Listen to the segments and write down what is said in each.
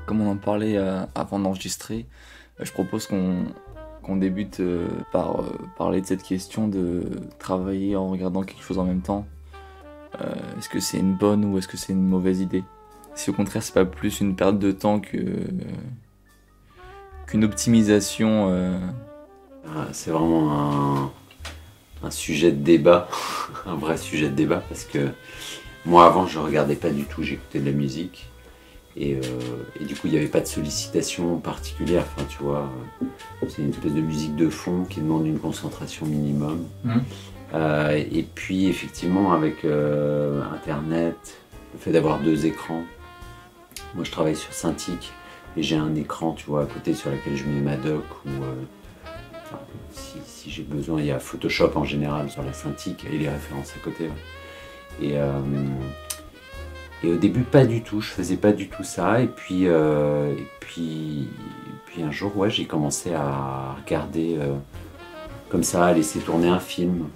Comme on en parlait avant d'enregistrer, je propose qu'on débute par parler de cette question de travailler en regardant quelque chose en même temps. Est-ce que c'est une bonne ou est-ce que c'est une mauvaise idée? Si au contraire c'est pas plus une perte de temps qu'une optimisation. C'est vraiment un sujet de débat, un vrai sujet de débat, parce que moi avant je regardais pas du tout, j'écoutais de la musique et du coup il n'y avait pas de sollicitation particulière, enfin tu vois, c'est une espèce de musique de fond qui demande une concentration minimum. Et puis effectivement avec internet, le fait d'avoir 2 écrans, moi je travaille sur Cintiq et j'ai un écran tu vois à côté sur lequel je mets ma doc ou si j'ai besoin, il y a Photoshop en général sur la Cintiq et les références à côté. Ouais. Et au début, pas du tout, je faisais pas du tout ça. Et puis un jour, ouais, j'ai commencé à regarder comme ça, à laisser tourner un film.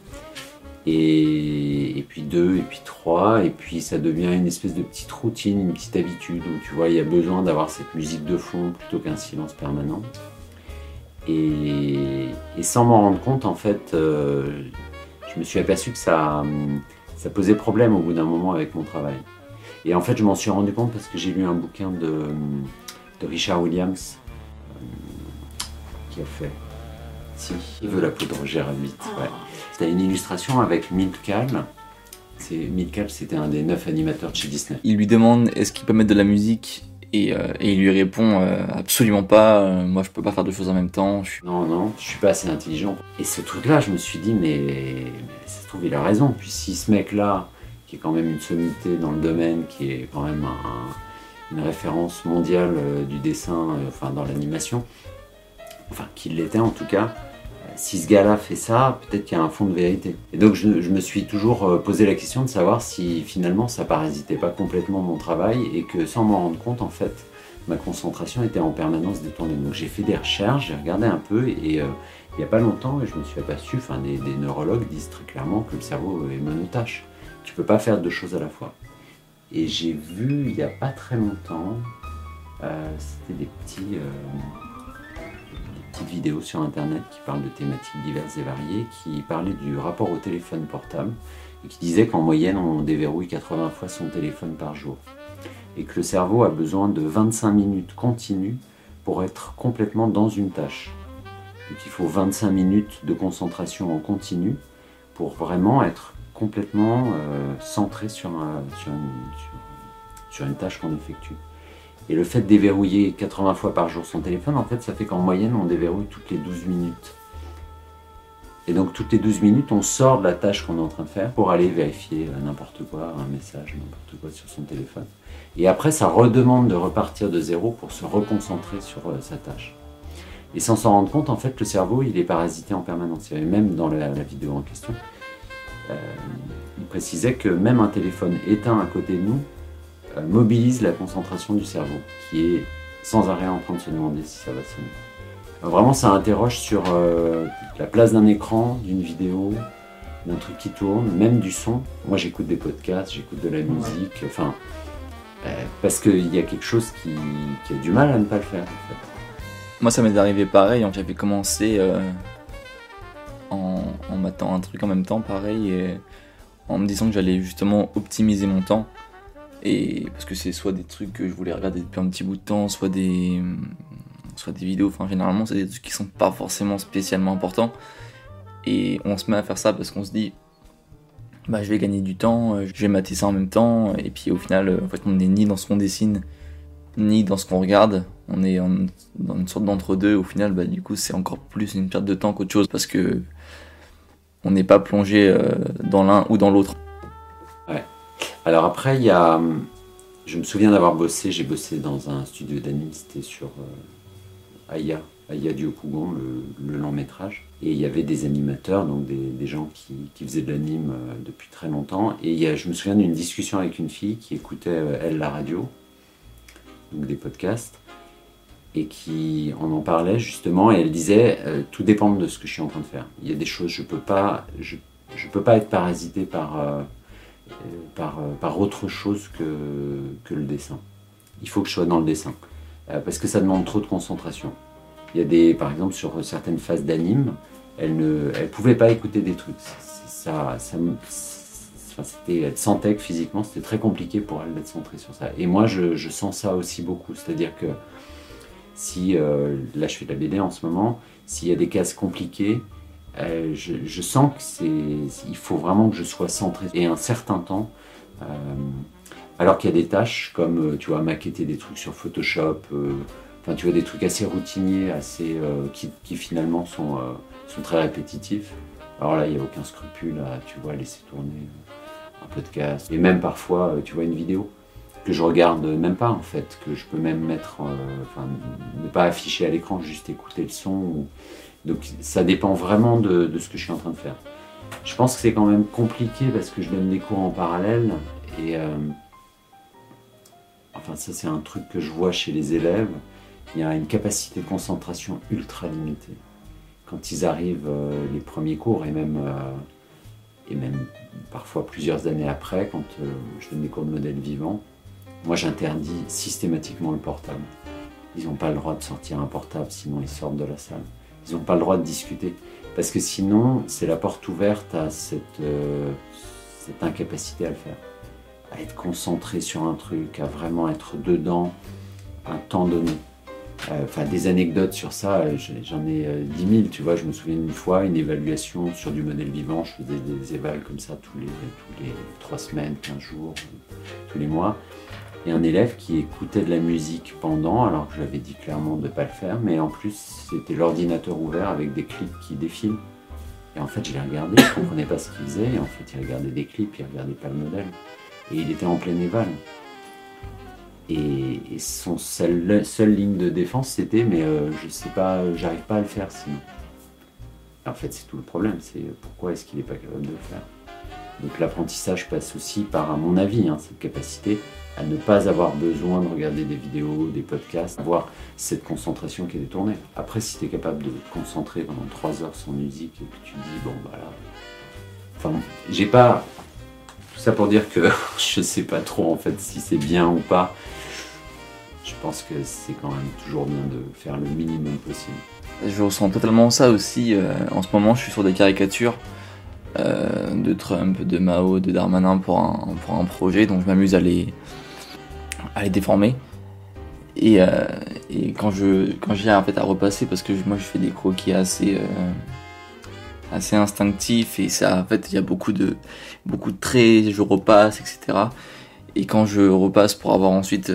Et puis 2, et puis 3, et puis ça devient une espèce de petite routine, une petite habitude où tu vois, il y a besoin d'avoir cette musique de fond plutôt qu'un silence permanent. Et sans m'en rendre compte, en fait, je me suis aperçu que ça posait problème au bout d'un moment avec mon travail. Et en fait, je m'en suis rendu compte parce que j'ai lu un bouquin de Richard Williams qui a fait Si, il veut la poudre Gérald. Ouais. C'était une illustration avec Milt Kahl. Milt Kahl, c'était un des 9 animateurs de chez Disney. Il lui demande est-ce qu'il peut mettre de la musique et il lui répond absolument pas, moi je peux pas faire 2 choses en même temps. Non, je suis pas assez intelligent. Et ce truc-là, je me suis dit, mais ça se trouve, il a raison. Puis si ce mec-là, qui est quand même une sommité dans le domaine, qui est quand même une référence mondiale du dessin, enfin dans l'animation, enfin qu'il l'était en tout cas, si ce gars-là fait ça, peut-être qu'il y a un fond de vérité. Et donc je me suis toujours posé la question de savoir si finalement ça parasitait pas complètement mon travail et que sans m'en rendre compte, en fait, ma concentration était en permanence détournée. Donc j'ai fait des recherches, j'ai regardé un peu et il n'y a pas longtemps, je me suis aperçu, enfin des neurologues disent très clairement que le cerveau est monotache. Tu peux pas faire 2 choses à la fois. Et j'ai vu il n'y a pas très longtemps, c'était des petites vidéos sur internet qui parlent de thématiques diverses et variées, qui parlaient du rapport au téléphone portable et qui disaient qu'en moyenne on déverrouille 80 fois son téléphone par jour et que le cerveau a besoin de 25 minutes continues pour être complètement dans une tâche. Donc il faut 25 minutes de concentration en continu pour vraiment être complètement centré sur une tâche qu'on effectue. Et le fait de déverrouiller 80 fois par jour son téléphone, en fait, ça fait qu'en moyenne, on déverrouille toutes les 12 minutes. Et donc, toutes les 12 minutes, on sort de la tâche qu'on est en train de faire pour aller vérifier n'importe quoi, un message, n'importe quoi sur son téléphone. Et après, ça redemande de repartir de zéro pour se reconcentrer sur sa tâche. Et sans s'en rendre compte, en fait, le cerveau, il est parasité en permanence. Et même dans la vidéo en question, il précisait que même un téléphone éteint à côté de nous mobilise la concentration du cerveau, qui est sans arrêt en train de se demander si ça va sonner. Vraiment, ça interroge sur la place d'un écran, d'une vidéo, d'un truc qui tourne, même du son. Moi, j'écoute des podcasts, j'écoute de la musique, enfin, parce qu'il y a quelque chose qui a du mal à ne pas le faire. En fait. Moi, ça m'est arrivé pareil, j'avais commencé en mettant un truc en même temps, pareil, et en me disant que j'allais justement optimiser mon temps. Et parce que c'est soit des trucs que je voulais regarder depuis un petit bout de temps, soit des vidéos, enfin généralement c'est des trucs qui sont pas forcément spécialement importants. Et on se met à faire ça parce qu'on se dit bah je vais gagner du temps, je vais mater ça en même temps, et puis au final en fait on n'est ni dans ce qu'on dessine, ni dans ce qu'on regarde, on est dans une sorte d'entre-deux, au final bah du coup c'est encore plus une perte de temps qu'autre chose parce que on n'est pas plongé dans l'un ou dans l'autre. Ouais. Alors après, je me souviens d'avoir j'ai bossé dans un studio d'anime, c'était sur Aya du Okugon, le long métrage. Et il y avait des animateurs, donc des gens qui faisaient de l'anime depuis très longtemps. Et je me souviens d'une discussion avec une fille qui écoutait, elle, la radio, donc des podcasts, et qui en parlait justement, et elle disait tout dépend de ce que je suis en train de faire. Il y a des choses, je peux pas être parasité par autre chose que le dessin. Il faut que je sois dans le dessin. parce que ça demande trop de concentration. Il y a par exemple, sur certaines phases d'anime, elle pouvait pas écouter des trucs. Elle sentait que physiquement, c'était très compliqué pour elle d'être centrée sur ça. Et moi, je sens ça aussi beaucoup. C'est-à-dire que si, là je fais de la BD en ce moment, s'il y a des cases compliquées, je sens qu'il faut vraiment que je sois centré. Et un certain temps, alors qu'il y a des tâches comme, tu vois, maqueter des trucs sur Photoshop, enfin, tu vois, des trucs assez routiniers, qui finalement sont très répétitifs. Alors là, il n'y a aucun scrupule à, tu vois, laisser tourner un podcast. Et même parfois, tu vois, une vidéo que je regarde même pas, en fait, que je peux même mettre, ne pas afficher à l'écran, juste écouter le son. Donc ça dépend vraiment de ce que je suis en train de faire. Je pense que c'est quand même compliqué parce que je donne des cours en parallèle et enfin ça c'est un truc que je vois chez les élèves. Il y a une capacité de concentration ultra limitée. Quand ils arrivent les premiers cours et même parfois plusieurs années après, quand je donne des cours de modèle vivant, moi j'interdis systématiquement le portable. Ils n'ont pas le droit de sortir un portable, sinon ils sortent de la salle. Ils n'ont pas le droit de discuter. Parce que sinon, c'est la porte ouverte à cette incapacité à le faire. À être concentré sur un truc, à vraiment être dedans un temps donné. Enfin, des anecdotes sur ça, j'en ai 10 000, tu vois. Je me souviens d'une fois, une évaluation sur du modèle vivant. Je faisais des évals comme ça tous les 3 semaines, 15 jours, tous les mois. Et un élève qui écoutait de la musique pendant, alors que je lui avais dit clairement de ne pas le faire, mais en plus c'était l'ordinateur ouvert avec des clips qui défilent. Et en fait je l'ai regardé, je ne comprenais pas ce qu'il faisait, et en fait il regardait des clips, il ne regardait pas le modèle. Et il était en plein éval. Et son seule ligne de défense c'était mais je sais pas, j'arrive pas à le faire sinon. Et en fait c'est tout le problème, c'est pourquoi est-ce qu'il n'est pas capable de le faire. Donc l'apprentissage passe aussi par, à mon avis, cette capacité à ne pas avoir besoin de regarder des vidéos, des podcasts, avoir cette concentration qui est détournée. Après, si tu es capable de te concentrer pendant 3 heures sans musique et que tu te dis, bon, bah là... Enfin, j'ai pas... Tout ça pour dire que je sais pas trop, en fait, si c'est bien ou pas. Je pense que c'est quand même toujours bien de faire le minimum possible. Je ressens totalement ça aussi. En ce moment, je suis sur des caricatures de Trump, de Mao, de Darmanin pour un projet, donc je m'amuse à les déformer. Et quand j'ai en fait à repasser, parce que moi je fais des croquis assez instinctifs, et ça, en fait il y a beaucoup de traits, je repasse, etc. Et quand je repasse pour avoir ensuite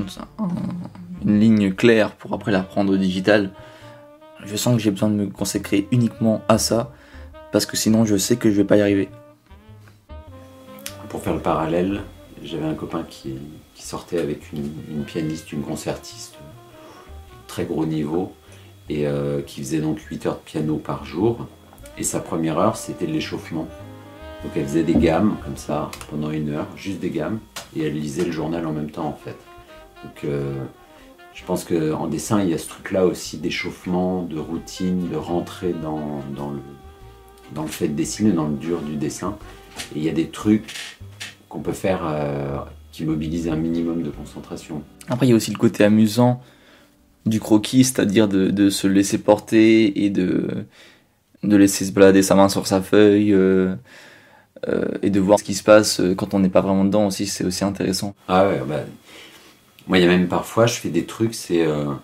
une ligne claire pour après la reprendre au digital, je sens que j'ai besoin de me consacrer uniquement à ça, parce que sinon je sais que je vais pas y arriver. Pour faire le parallèle, j'avais un copain qui sortait avec une pianiste, une concertiste, très gros niveau, et qui faisait donc 8 heures de piano par jour. Et sa première heure, c'était de l'échauffement. Donc elle faisait des gammes, comme ça, pendant 1 heure, juste des gammes, et elle lisait le journal en même temps, en fait. Donc je pense qu'en dessin, il y a ce truc-là aussi d'échauffement, de routine, de rentrer dans le fait de dessiner, dans le dur du dessin. Et il y a des trucs qu'on peut faire qui mobilisent un minimum de concentration. Après, il y a aussi le côté amusant du croquis, c'est-à-dire de se laisser porter et de laisser se balader sa main sur sa feuille et de voir ce qui se passe quand on n'est pas vraiment dedans aussi, c'est aussi intéressant. Ah ouais, bah, moi il y a même parfois, je fais des trucs, j'aime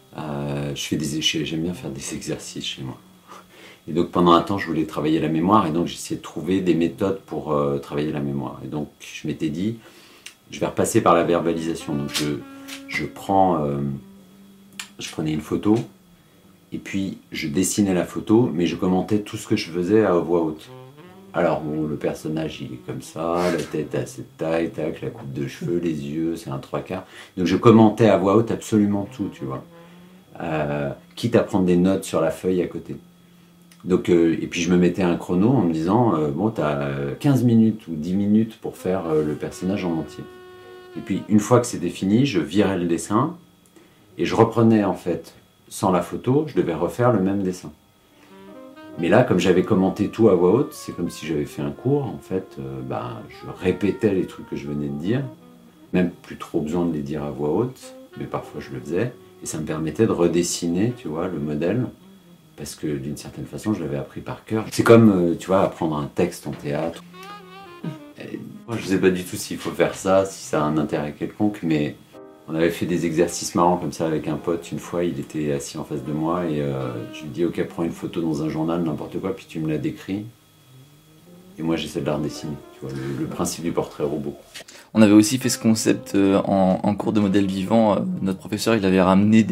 bien faire des exercices chez moi. Et donc pendant un temps, je voulais travailler la mémoire, et donc j'essayais de trouver des méthodes pour travailler la mémoire. Et donc je m'étais dit, je vais repasser par la verbalisation. Donc je prenais une photo, et puis je dessinais la photo, mais je commentais tout ce que je faisais à voix haute. Alors bon, le personnage il est comme ça, la tête a cette taille, tac, la coupe de cheveux, les yeux, c'est un 3/4. Donc je commentais à voix haute absolument tout, tu vois. Quitte à prendre des notes sur la feuille à côté. Donc, et puis je me mettais un chrono en me disant, bon, t'as 15 minutes ou 10 minutes pour faire le personnage en entier. Et puis une fois que c'était fini, je virais le dessin, et je reprenais en fait, sans la photo, je devais refaire le même dessin. Mais là, comme j'avais commenté tout à voix haute, c'est comme si j'avais fait un cours, en fait, je répétais les trucs que je venais de dire, même plus trop besoin de les dire à voix haute, mais parfois je le faisais. Et ça me permettait de redessiner, tu vois, le modèle. Parce que d'une certaine façon, je l'avais appris par cœur. C'est comme, tu vois, apprendre un texte en théâtre. Et moi, je ne sais pas du tout s'il faut faire ça, si ça a un intérêt quelconque, mais on avait fait des exercices marrants comme ça avec un pote. Une fois, il était assis en face de moi et je lui dis « Ok, prends une photo dans un journal, n'importe quoi, puis tu me la décris. » Et moi, j'essaie de la redessiner. Tu vois, le principe du portrait robot. On avait aussi fait ce concept en cours de modèle vivant. Notre professeur, il avait ramené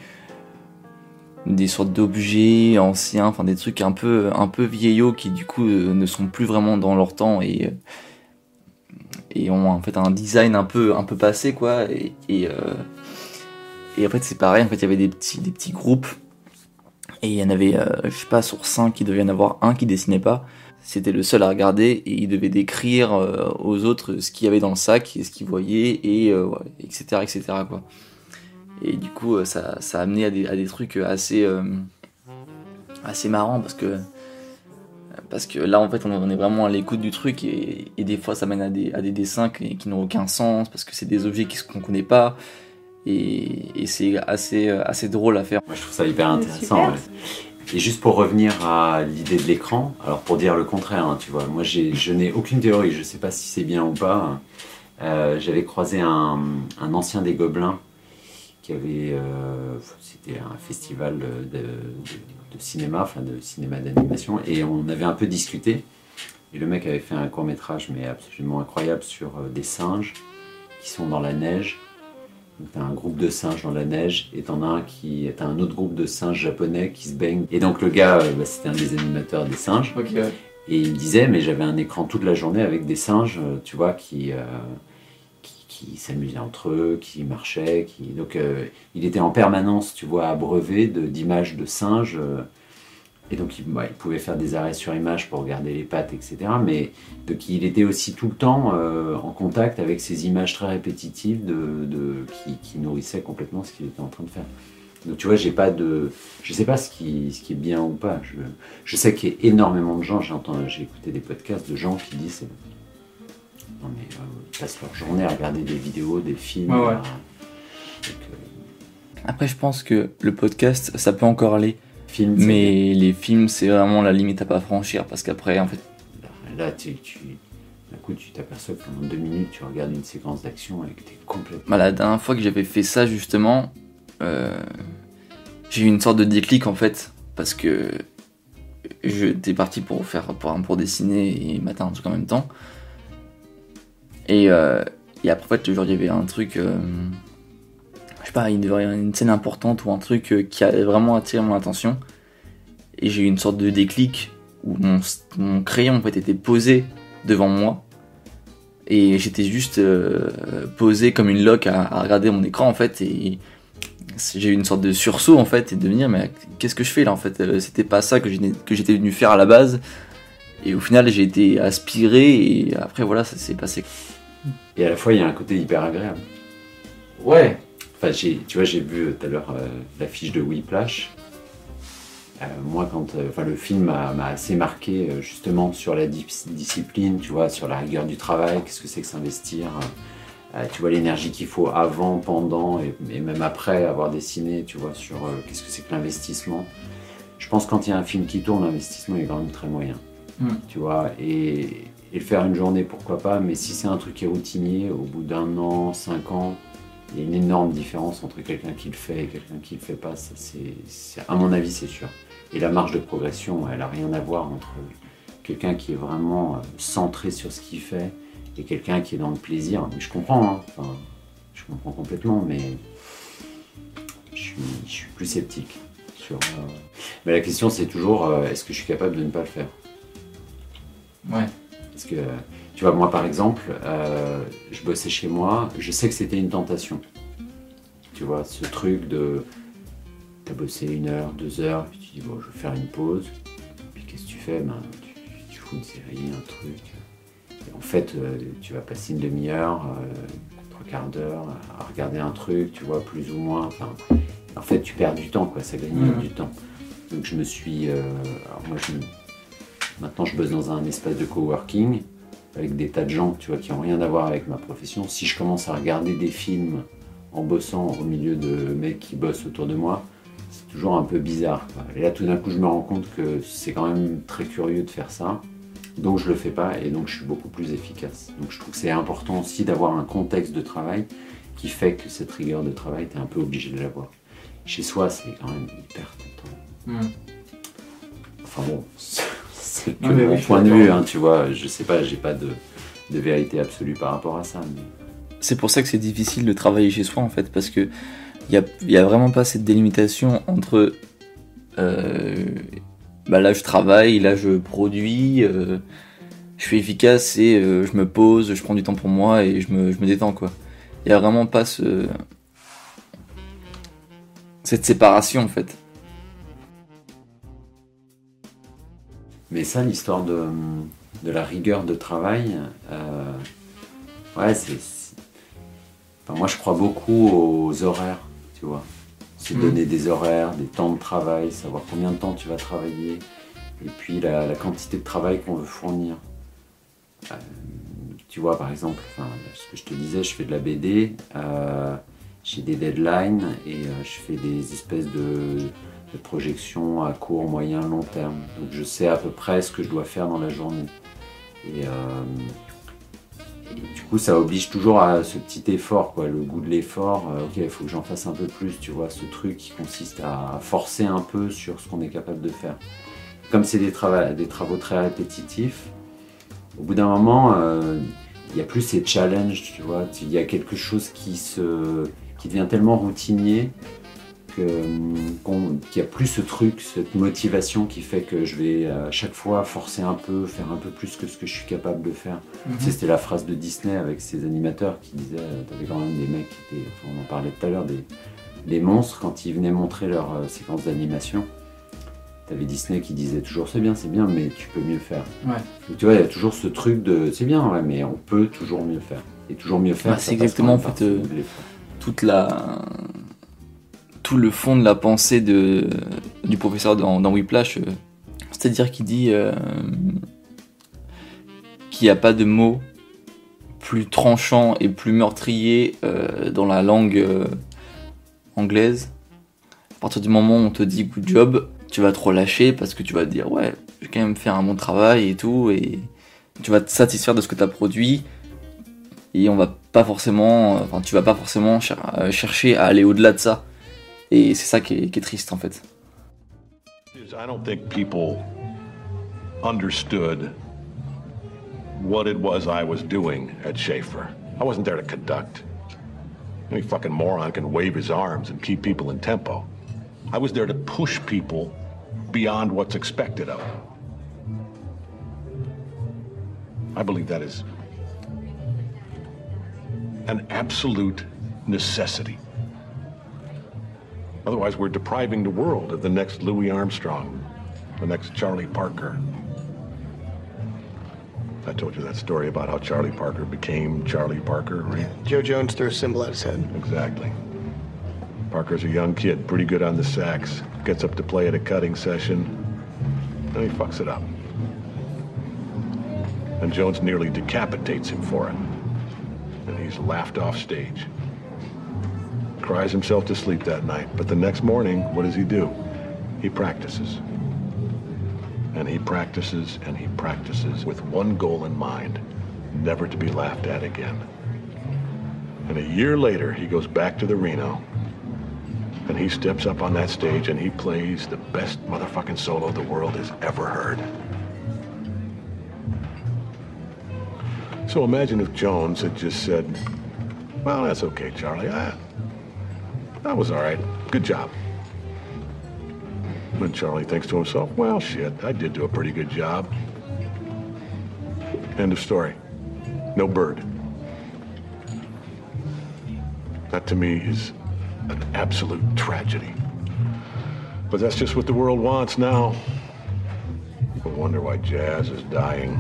des sortes d'objets anciens, enfin des trucs un peu vieillots qui du coup ne sont plus vraiment dans leur temps et ont en fait un design un peu passé quoi. Et en fait c'est pareil, en fait il y avait des petits groupes et il y en avait je sais pas, sur 5 il devait y en avoir un qui dessinait pas. C'était le seul à regarder et il devait décrire aux autres ce qu'il y avait dans le sac et ce qu'il voyait et ouais, etc quoi. Et du coup ça a amené à des trucs assez marrants parce que là en fait on est vraiment à l'écoute du truc et des fois ça mène à des dessins qui n'ont aucun sens parce que c'est des objets qu'on connaît pas et c'est assez drôle à faire. Moi je trouve ça hyper intéressant. Ouais. Et juste pour revenir à l'idée de l'écran, alors pour dire le contraire, hein, tu vois, moi je n'ai aucune théorie, je sais pas si c'est bien ou pas. J'avais croisé un ancien des Gobelins qui avait, c'était un festival de cinéma, enfin de cinéma d'animation, et on avait un peu discuté. Et le mec avait fait un court-métrage, mais absolument incroyable, sur des singes qui sont dans la neige. Donc t'as un groupe de singes dans la neige, et t'as un autre groupe de singes japonais qui se baignent. Et donc le gars, c'était un des animateurs des singes. Okay. Et il me disait, mais j'avais un écran toute la journée avec des singes, tu vois, qui s'amusaient entre eux, qui marchaient, donc il était en permanence, tu vois, abreuvé d'images de singes, et donc il pouvait faire des arrêts sur image pour regarder les pattes, etc. Mais donc il était aussi tout le temps en contact avec ces images très répétitives qui nourrissaient complètement ce qu'il était en train de faire. Donc tu vois, je sais pas ce qui est bien ou pas. Je sais qu'il y a énormément de gens, j'ai écouté des podcasts de gens qui disent non mais ils passent leur journée à regarder des vidéos, des films. Ouais. Après je pense que le podcast ça peut encore aller. Mais les films c'est vraiment la limite à pas franchir parce qu'après en fait... Là d'un coup tu t'aperçois que pendant 2 minutes tu regardes une séquence d'action et que t'es complètement... La dernière fois que j'avais fait ça justement, j'ai eu une sorte de déclic en fait parce que j'étais parti pour dessiner et mater un truc en même temps. Et après, en fait, genre, il y avait un truc, je sais pas, il devait y avoir une scène importante ou un truc qui a vraiment attiré mon attention. Et j'ai eu une sorte de déclic où mon crayon en fait était posé devant moi. Et j'étais juste posé comme une loque à regarder mon écran en fait. Et j'ai eu une sorte de sursaut en fait et de me dire mais qu'est-ce que je fais là en fait, c'était pas ça que j'étais venu faire à la base. Et au final j'ai été aspiré et après voilà ça s'est passé. Et à la fois, il y a un côté hyper agréable. Ouais. Enfin, tu vois, j'ai vu tout à l'heure l'affiche de Whiplash. Moi, le film m'a assez marqué justement sur la discipline, tu vois, sur la rigueur du travail, qu'est-ce que c'est que s'investir. Tu vois, l'énergie qu'il faut avant, pendant et même après avoir dessiné, tu vois, sur qu'est-ce que c'est que l'investissement. Je pense que quand il y a un film qui tourne, l'investissement est quand même très moyen. Tu vois, et le faire une journée, pourquoi pas, mais si c'est un truc qui est routinier, au bout d'1 an, 5 ans, il y a une énorme différence entre quelqu'un qui le fait et quelqu'un qui le fait pas, ça, c'est, à mon avis, c'est sûr. Et la marge de progression, elle n'a rien à voir entre quelqu'un qui est vraiment centré sur ce qu'il fait et quelqu'un qui est dans le plaisir. Mais je comprends, hein. Enfin, je comprends complètement, mais je suis plus sceptique. Mais la question, c'est toujours, est-ce que je suis capable de ne pas le faire ? Ouais. Parce que, tu vois, moi par exemple, je bossais chez moi, je sais que c'était une tentation. Tu vois, ce truc de... T'as bossé 1 heure, 2 heures, puis tu dis, bon, je vais faire une pause. Puis qu'est-ce que tu fais ? Tu fous une série, un truc. Et en fait, tu vas passer une demi-heure, 3/4 d'heure à regarder un truc, tu vois, plus ou moins. Enfin, en fait, tu perds du temps, quoi, ça gagne du temps. Donc je me suis... alors moi, maintenant, je bosse dans un espace de coworking avec des tas de gens, tu vois, qui n'ont rien à voir avec ma profession. Si je commence à regarder des films en bossant au milieu de mecs qui bossent autour de moi, c'est toujours un peu bizarre, quoi. Et là, tout d'un coup, je me rends compte que c'est quand même très curieux de faire ça. Donc, je le fais pas et donc je suis beaucoup plus efficace. Donc, je trouve que c'est important aussi d'avoir un contexte de travail qui fait que cette rigueur de travail, tu es un peu obligé de l'avoir. Chez soi, c'est quand même hyper tentant. Enfin bon, c'est que mon point de vue, hein, tu vois. Je sais pas, j'ai pas de vérité absolue par rapport à ça. Mais... C'est pour ça que c'est difficile de travailler chez soi en fait, parce que il y a vraiment pas cette délimitation entre là je travaille, là je produis, je suis efficace et je me pose, je prends du temps pour moi et je me détends quoi. Il y a vraiment pas cette séparation en fait. Mais ça, l'histoire de la rigueur de travail, ouais, Enfin, moi, je crois beaucoup aux horaires, tu vois. C'est donner des horaires, des temps de travail, savoir combien de temps tu vas travailler, et puis la quantité de travail qu'on veut fournir. Tu vois, par exemple, ce que je te disais, je fais de la BD, j'ai des deadlines et je fais des espèces de projections à court, moyen, long terme. Donc je sais à peu près ce que je dois faire dans la journée. Et du coup, ça oblige toujours à ce petit effort, quoi, le goût de l'effort. Ok, il faut que j'en fasse un peu plus, tu vois, ce truc qui consiste à forcer un peu sur ce qu'on est capable de faire. Comme c'est des travaux très répétitifs, au bout d'un moment, il n'y a plus ces challenges, tu vois. Il y a quelque chose qui devient tellement routinier qu'il n'y a plus ce truc, cette motivation qui fait que je vais à chaque fois forcer un peu, faire un peu plus que ce que je suis capable de faire. Tu sais, c'était la phrase de Disney avec ses animateurs qui disaient, t'avais quand même des mecs qui étaient, on en parlait tout à l'heure, des monstres quand ils venaient montrer leur séquence d'animation. T'avais Disney qui disait toujours c'est bien, mais tu peux mieux faire. Ouais. Donc, tu vois, il y a toujours ce truc de c'est bien, ouais, mais on peut toujours mieux faire. Et toujours mieux faire, c'est exactement en fait tout le fond de la pensée du professeur dans Whiplash, c'est-à-dire qu'il dit qu'il n'y a pas de mot plus tranchant et plus meurtrier dans la langue anglaise. À partir du moment où on te dit good job, tu vas te relâcher parce que tu vas te dire ouais, je vais quand même faire un bon travail et tout, et tu vas te satisfaire de ce que tu as produit. Et tu vas pas forcément chercher à aller au-delà de ça. Et c'est ça qui est triste en fait. I don't think people understood what it was I was doing at Schaefer. I wasn't there to conduct. Any fucking moron can wave his arms and keep people in tempo. I was there to push people beyond what's expected of them. I believe that is an absolute necessity. Otherwise, we're depriving the world of the next Louis Armstrong, the next Charlie Parker. I told you that story about how Charlie Parker became Charlie Parker, right? Yeah, Joe Jones threw a symbol at his head. Exactly. Parker's a young kid, pretty good on the sax, gets up to play at a cutting session, and he fucks it up. And Jones nearly decapitates him for it. And he's laughed off stage. Cries himself to sleep that night, but the next morning, what does he do? He practices. And he practices and he practices with one goal in mind, never to be laughed at again. And a year later, he goes back to the Reno, and he steps up on that stage and he plays the best motherfucking solo the world has ever heard. So imagine if Jones had just said, well, that's okay, Charlie. That was all right. Good job. And Charlie thinks to himself, well, shit, I did do a pretty good job. End of story. No bird. That to me is an absolute tragedy. But that's just what the world wants now. People wonder why jazz is dying.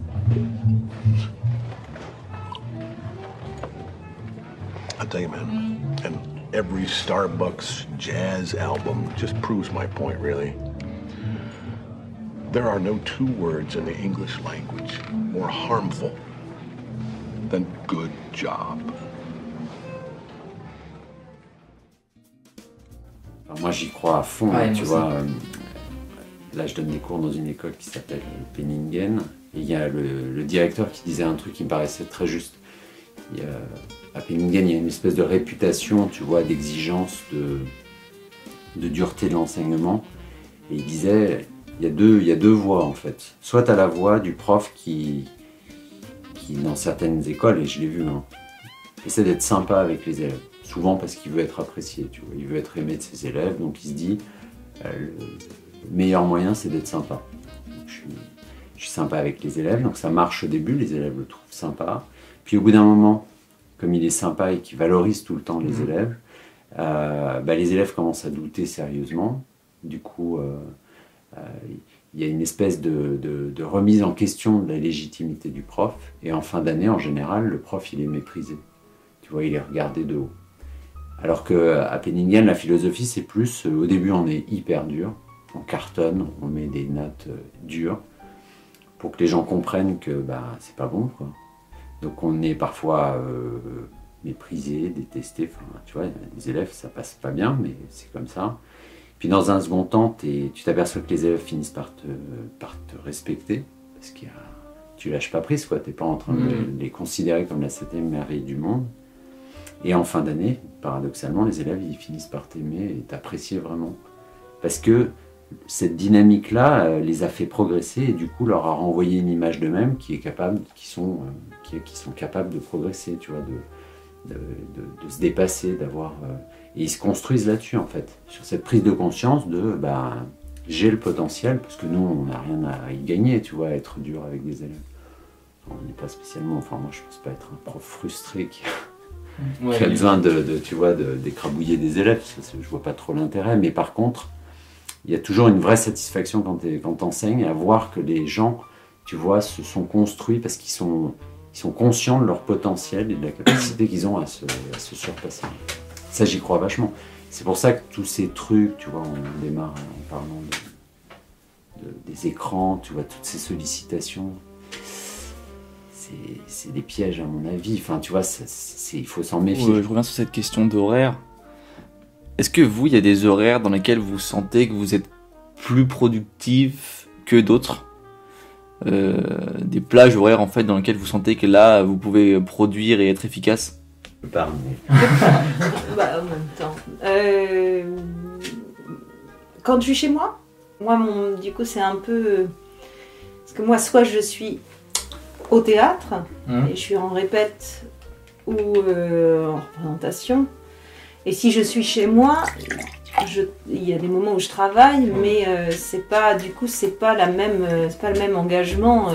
I'll tell you, man, and every Starbucks jazz album just proves my point, really. There are no two words in the English language more harmful than good job. moi j'y crois à fond, Ouais, tu moi vois. Là je donne des cours dans une école qui s'appelle Penningen, et il y a le directeur qui disait un truc qui me paraissait très juste. À Penningen, il y a une espèce de réputation, tu vois, d'exigence, de dureté de l'enseignement. Et il disait, il y a deux voies en fait. Soit tu as la voie du prof qui dans certaines écoles, et je l'ai vu, hein, essaie d'être sympa avec les élèves. Souvent parce qu'il veut être apprécié, tu vois, il veut être aimé de ses élèves, donc il se dit, le meilleur moyen c'est d'être sympa. Donc, je suis sympa avec les élèves, donc ça marche au début, les élèves le trouvent sympa. Puis au bout d'un moment, comme il est sympa et qu'il valorise tout le temps les élèves, les élèves commencent à douter sérieusement. Du coup, il y a une espèce de remise en question de la légitimité du prof. Et en fin d'année, en général, le prof, il est méprisé. Tu vois, il est regardé de haut. Alors qu'à Penningen, la philosophie, c'est plus, au début, on est hyper dur. On cartonne, on met des notes dures pour que les gens comprennent que c'est pas bon, quoi. Donc on est parfois méprisé, détesté. Enfin, tu vois, les élèves, ça passe pas bien, mais c'est comme ça. Puis dans un second temps, tu t'aperçois que les élèves finissent par te respecter, parce que tu lâches pas prise, quoi. T'es pas en train de les considérer comme la 7e merveille du monde. Et en fin d'année, paradoxalement, les élèves, ils finissent par t'aimer et t'apprécier vraiment. Parce que cette dynamique-là les a fait progresser et du coup leur a renvoyé une image d'eux-mêmes qui sont capables de progresser, tu vois, de se dépasser, d'avoir et ils se construisent là-dessus en fait, sur cette prise de conscience de j'ai le potentiel, parce que nous on n'a rien à y gagner, tu vois, à être dur avec des élèves. On n'est pas spécialement, enfin moi je pense pas être un prof frustré qui a besoin d'écrabouiller des élèves, parce que je vois pas trop l'intérêt, mais par contre il y a toujours une vraie satisfaction quand t'enseignes, à voir que les gens, tu vois, se sont construits parce qu'ils sont conscients de leur potentiel et de la capacité qu'ils ont à se surpasser. Ça, j'y crois vachement. C'est pour ça que tous ces trucs, tu vois, on démarre en parlant des écrans, tu vois, toutes ces sollicitations, c'est des pièges à mon avis. Enfin, tu vois, il faut s'en méfier. Je reviens sur cette question d'horaire. Est-ce que vous, il y a des horaires dans lesquels vous sentez que vous êtes plus productif que d'autres ? Des plages horaires en fait dans lesquelles vous sentez que là vous pouvez produire et être efficace ? Je parle, mais... en même temps. Quand je suis chez moi, du coup c'est un peu... Parce que moi, soit je suis au théâtre, et je suis en répète ou en représentation. Et si je suis chez moi, il y a des moments où je travaille, mais c'est pas le même engagement.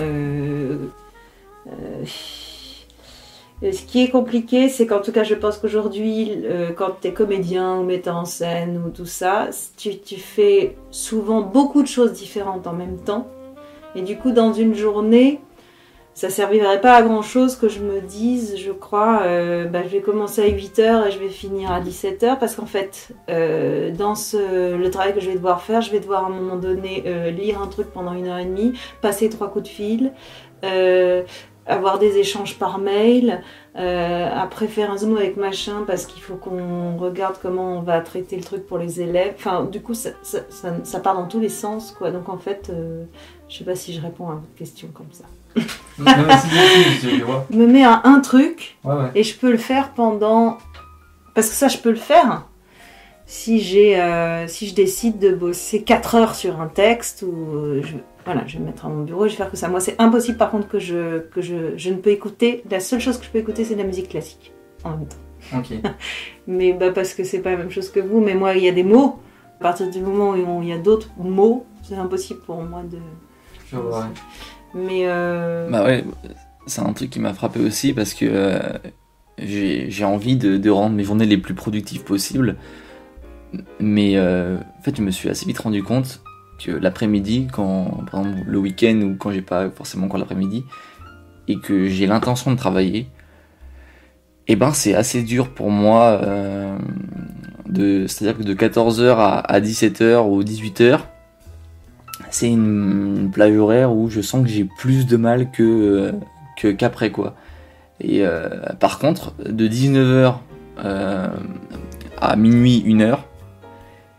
Ce qui est compliqué, c'est qu'en tout cas, je pense qu'aujourd'hui, quand tu es comédien ou metteur en scène ou tout ça, tu fais souvent beaucoup de choses différentes en même temps. Et du coup, dans une journée, ça ne servirait pas à grand chose que je me dise, je crois, je vais commencer à 8h et je vais finir à 17h, parce qu'en fait, dans le travail que je vais devoir faire, je vais devoir à un moment donné lire un truc pendant 1h30, passer 3 coups de fil, avoir des échanges par mail, après faire un zoom avec machin parce qu'il faut qu'on regarde comment on va traiter le truc pour les élèves. Enfin, du coup, ça part dans tous les sens, quoi. Donc en fait, je sais pas si je réponds à votre question comme ça. Non, mais je vois. Je me mets à un truc et je peux le faire pendant... Parce que ça, je peux le faire si je décide de bosser 4 heures sur un texte ou... je vais me mettre à mon bureau et je vais faire que ça. Moi, c'est impossible par contre que je ne peux écouter. La seule chose que je peux écouter, c'est de la musique classique en même temps. Ok. Mais parce que c'est pas la même chose que vous. Mais moi, il y a des mots. À partir du moment où il y a d'autres mots, c'est impossible pour moi de... Je vois. Mais c'est un truc qui m'a frappé aussi parce que j'ai envie de rendre mes journées les plus productives possibles. Mais en fait, je me suis assez vite rendu compte que l'après-midi, par exemple le week-end ou quand j'ai pas forcément encore l'après-midi et que j'ai l'intention de travailler, c'est assez dur pour moi, c'est-à-dire que de 14h à 17h ou 18h, c'est une plage horaire où je sens que j'ai plus de mal qu'après, quoi. Et par contre, de 19h à minuit, 1h,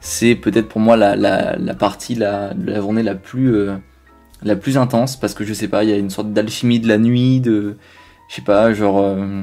c'est peut-être pour moi la partie de la journée la plus intense, parce que je sais pas, il y a une sorte d'alchimie de la nuit, je sais pas, genre...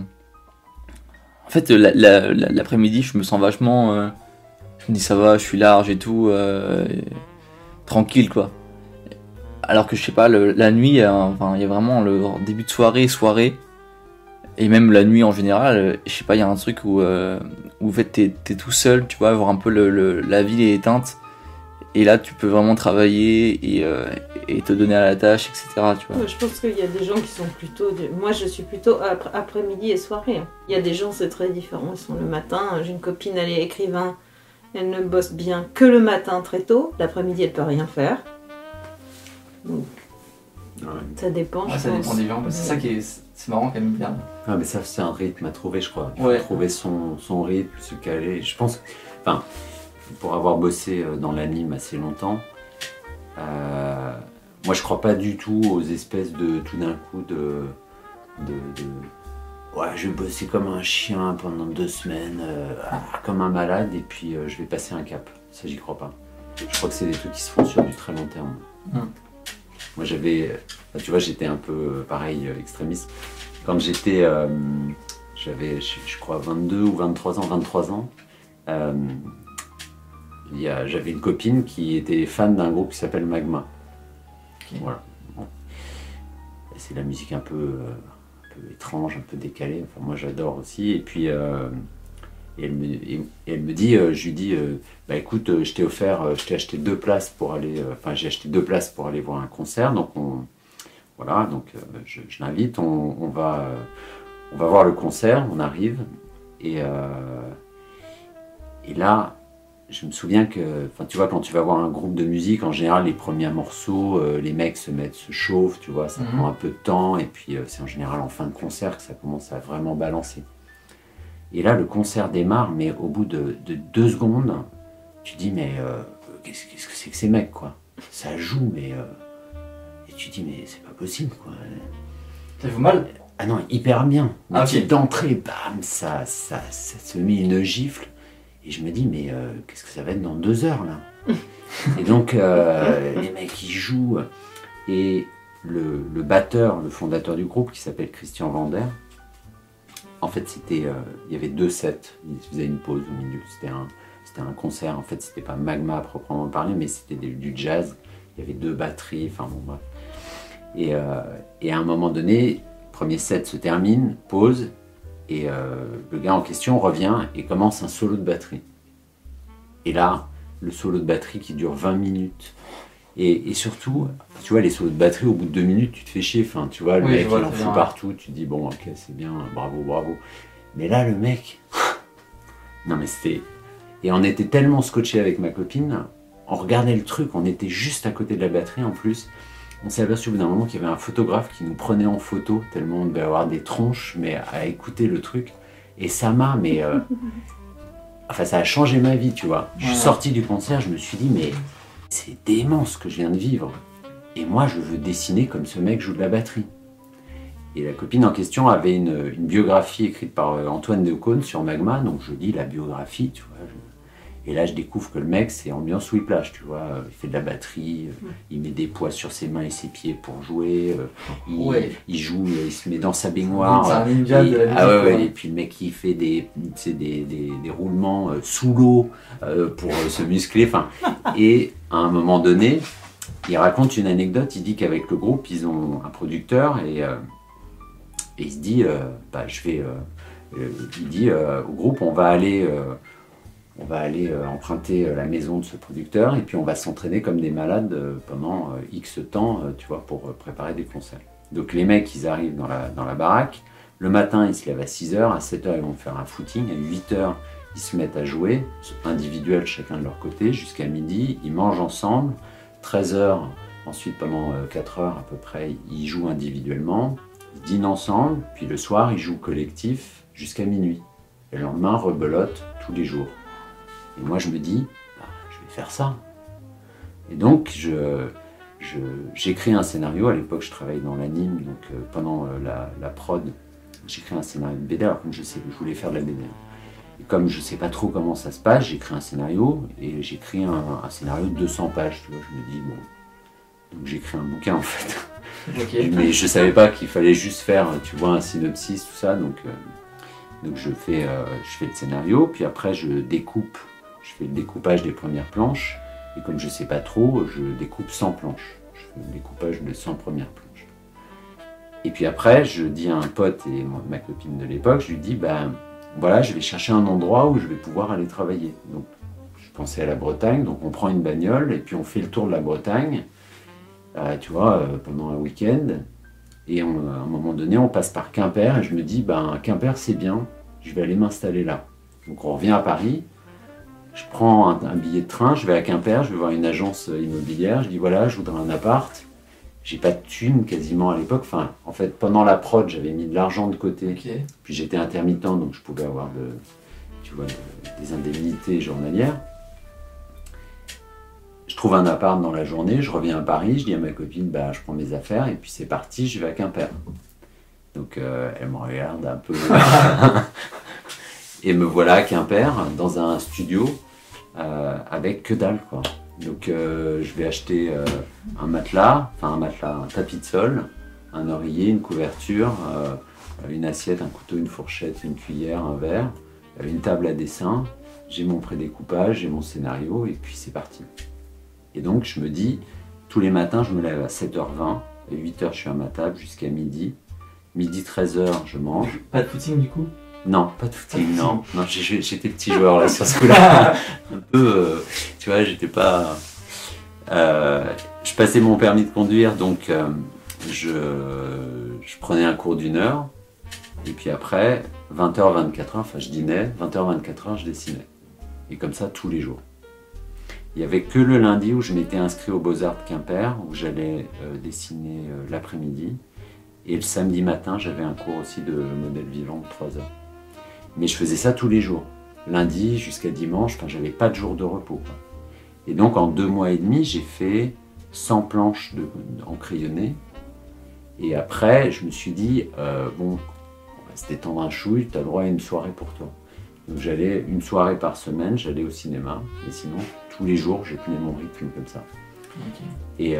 En fait, l'après-midi, je me sens vachement... je me dis ça va, je suis large et tout, tranquille quoi. Alors que je sais pas, la nuit, il y a vraiment le début de soirée, et même la nuit en général, je sais pas, il y a un truc où en fait t'es tout seul, tu vois, voir un peu la ville est éteinte, et là tu peux vraiment travailler et te donner à la tâche, etc. Tu vois. Je pense qu'il y a des gens qui sont plutôt... Moi, je suis plutôt après-midi et soirée. Il y a des gens, c'est très différent, ils sont le matin. J'ai une copine, elle est écrivain, elle ne bosse bien que le matin très tôt. L'après-midi, elle peut rien faire. Donc, ça dépend, je ça pense. dépend des gens, parce que c'est ça qui est... C'est marrant qu'elle me bien. Ah, mais ça, c'est un rythme à trouver, je crois. Il faut Ouais. trouver son rythme, se caler. Je pense, enfin, pour avoir bossé dans l'anime assez longtemps, moi, je crois pas du tout aux espèces de, tout d'un coup, ouais, je vais bosser comme un chien pendant 2 semaines, comme un malade, et puis je vais passer un cap. Ça, j'y crois pas. Je crois que c'est des trucs qui se font sur du très long terme. Moi, tu vois, j'étais un peu pareil, extrémiste. Quand j'étais, j'avais, je crois, 22 ou 23 ans, j'avais une copine qui était fan d'un groupe qui s'appelle Magma. Okay. Voilà. Bon. C'est de la musique un peu étrange, un peu décalée. Enfin, moi, j'adore aussi. Et puis, elle me dit, je lui dis, bah écoute, je t'ai acheté 2 places pour aller, j'ai acheté 2 places pour aller voir un concert. Donc je l'invite, on va voir le concert, on arrive, et là, je me souviens que, tu vois, quand tu vas voir un groupe de musique, en général, les premiers morceaux, les mecs se chauffent, tu vois, ça prend un peu de temps, et puis c'est en général en fin de concert que ça commence à vraiment balancer. Et là, le concert démarre, mais au bout de 2 secondes, tu dis, mais qu'est-ce que c'est que ces mecs, quoi? Ça joue, mais... Et tu dis, mais c'est pas possible, quoi. Ça vous mal? Ah non, hyper bien. Ah, okay. D'entrée, bam, ça se met une gifle. Et je me dis, mais qu'est-ce que ça va être dans 2 heures, là? Et donc, les mecs, ils jouent. Et le batteur, le fondateur du groupe, qui s'appelle Christian Vander, en fait, il y avait 2 sets. Il faisait une pause au milieu. C'était un concert. En fait, c'était pas Magma à proprement parler, mais c'était du jazz. Il y avait 2 batteries. Enfin, bon, bref. Et à un moment donné, le premier set se termine, pause, et le gars en question revient et commence un solo de batterie. Et là, le solo de batterie qui dure 20 minutes. Et surtout, tu vois, les solos de batterie, au bout de 2 minutes, tu te fais chier. Enfin, tu vois, le mec, il en fout partout. Tu te dis, bon, ok, c'est bien, bravo. Mais là, le mec... non, mais c'était... Et on était tellement scotchés avec ma copine, on regardait le truc, on était juste à côté de la batterie en plus. On s'est aperçu au bout d'un moment qu'il y avait un photographe qui nous prenait en photo, tellement on devait avoir des tronches, mais à écouter le truc. Et ça m'a, mais... Enfin, ça a changé ma vie, tu vois. Je suis sorti du concert, je me suis dit, mais... c'est dément ce que je viens de vivre. Et moi, je veux dessiner comme ce mec joue de la batterie. Et la copine en question avait une biographie écrite par Antoine Decaune sur Magma, donc je lis la biographie, tu vois. Et là, je découvre que le mec, c'est ambiance Whiplash, tu vois. Il fait de la batterie, il met des poids sur ses mains et ses pieds pour jouer. Il joue, il se met dans sa baignoire. C'est un ninja de la musique. Et puis le mec, il fait des roulements sous l'eau pour se muscler. Enfin, et à un moment donné, il raconte une anecdote. Il dit qu'avec le groupe, ils ont un producteur et il se dit, il dit au groupe, on va aller emprunter la maison de ce producteur et puis on va s'entraîner comme des malades pendant X temps, tu vois, pour préparer des concerts. Donc les mecs, ils arrivent dans la baraque. Le matin, ils se lèvent à 6h. À 7h, ils vont faire un footing. À 8h, ils se mettent à jouer, individuels chacun de leur côté, jusqu'à midi. Ils mangent ensemble. 13h, ensuite pendant 4 heures à peu près, ils jouent individuellement. Ils dînent ensemble. Puis le soir, ils jouent collectif jusqu'à minuit. Et le lendemain, rebelote tous les jours. Et moi, je me dis, je vais faire ça. Et donc, j'écris un scénario. À l'époque, je travaillais dans l'anime, donc pendant la prod, j'écris un scénario de BD, alors comme je voulais faire de la BD. Et comme je sais pas trop comment ça se passe, j'écris un scénario, et j'écris un scénario de 200 pages, tu vois, je me dis, bon, donc j'écris un bouquin en fait. Ok. Mais je savais pas qu'il fallait juste faire, tu vois, un synopsis, tout ça, donc je fais le scénario, puis après je fais le découpage des premières planches, et comme je sais pas trop, je découpe 100 planches. Je fais le découpage de 100 premières planches. Et puis après, je dis à un pote et ma copine de l'époque, je lui dis, ben voilà, je vais chercher un endroit où je vais pouvoir aller travailler. Donc je pensais à la Bretagne, donc on prend une bagnole, et puis on fait le tour de la Bretagne, tu vois, pendant un week-end. Et à un moment donné, on passe par Quimper, et je me dis, ben Quimper c'est bien, je vais aller m'installer là. Donc on revient à Paris, je prends un billet de train, je vais à Quimper, je vais voir une agence immobilière, je dis voilà, je voudrais un appart. J'ai pas de thune quasiment à l'époque, enfin en fait pendant la prod j'avais mis de l'argent de côté, Ok. puis j'étais intermittent donc je pouvais avoir des indemnités journalières. Je trouve un appart dans la journée, je reviens à Paris, je dis à ma copine, bah, je prends mes affaires et puis c'est parti, je vais à Quimper. Donc elle me regarde un peu et me voilà à Quimper dans un studio avec que dalle quoi. Donc je vais acheter un tapis de sol, un oreiller, une couverture, une assiette, un couteau, une fourchette, une cuillère, un verre, une table à dessin, j'ai mon prédécoupage, j'ai mon scénario et puis c'est parti. Et donc je me dis, tous les matins je me lève à 7h20, à 8h je suis à ma table jusqu'à midi 13h je mange. Pas de footing du coup? Non, pas de footing, non. Non, j'étais petit joueur là sur ce coup-là. Un peu, tu vois, j'étais pas... je passais mon permis de conduire, donc je prenais un cours d'1 heure. Et puis après, 20h, 24h, enfin je dînais, 20h, 24h, je dessinais. Et comme ça, tous les jours. Il n'y avait que le lundi où je m'étais inscrit aux Beaux-Arts de Quimper, où j'allais dessiner l'après-midi. Et le samedi matin, j'avais un cours aussi de modèle vivant de 3 heures. Mais je faisais ça tous les jours. Lundi jusqu'à dimanche, enfin, j'avais pas de jour de repos, quoi. Et donc, en 2 mois et demi, j'ai fait 100 planches en crayonné. Et après, je me suis dit, bon, on va se détendre un chouille, tu as le droit à une soirée pour toi. Donc, j'allais une soirée par semaine, j'allais au cinéma. Et sinon, tous les jours, j'ai tenu mon rythme comme ça. Okay.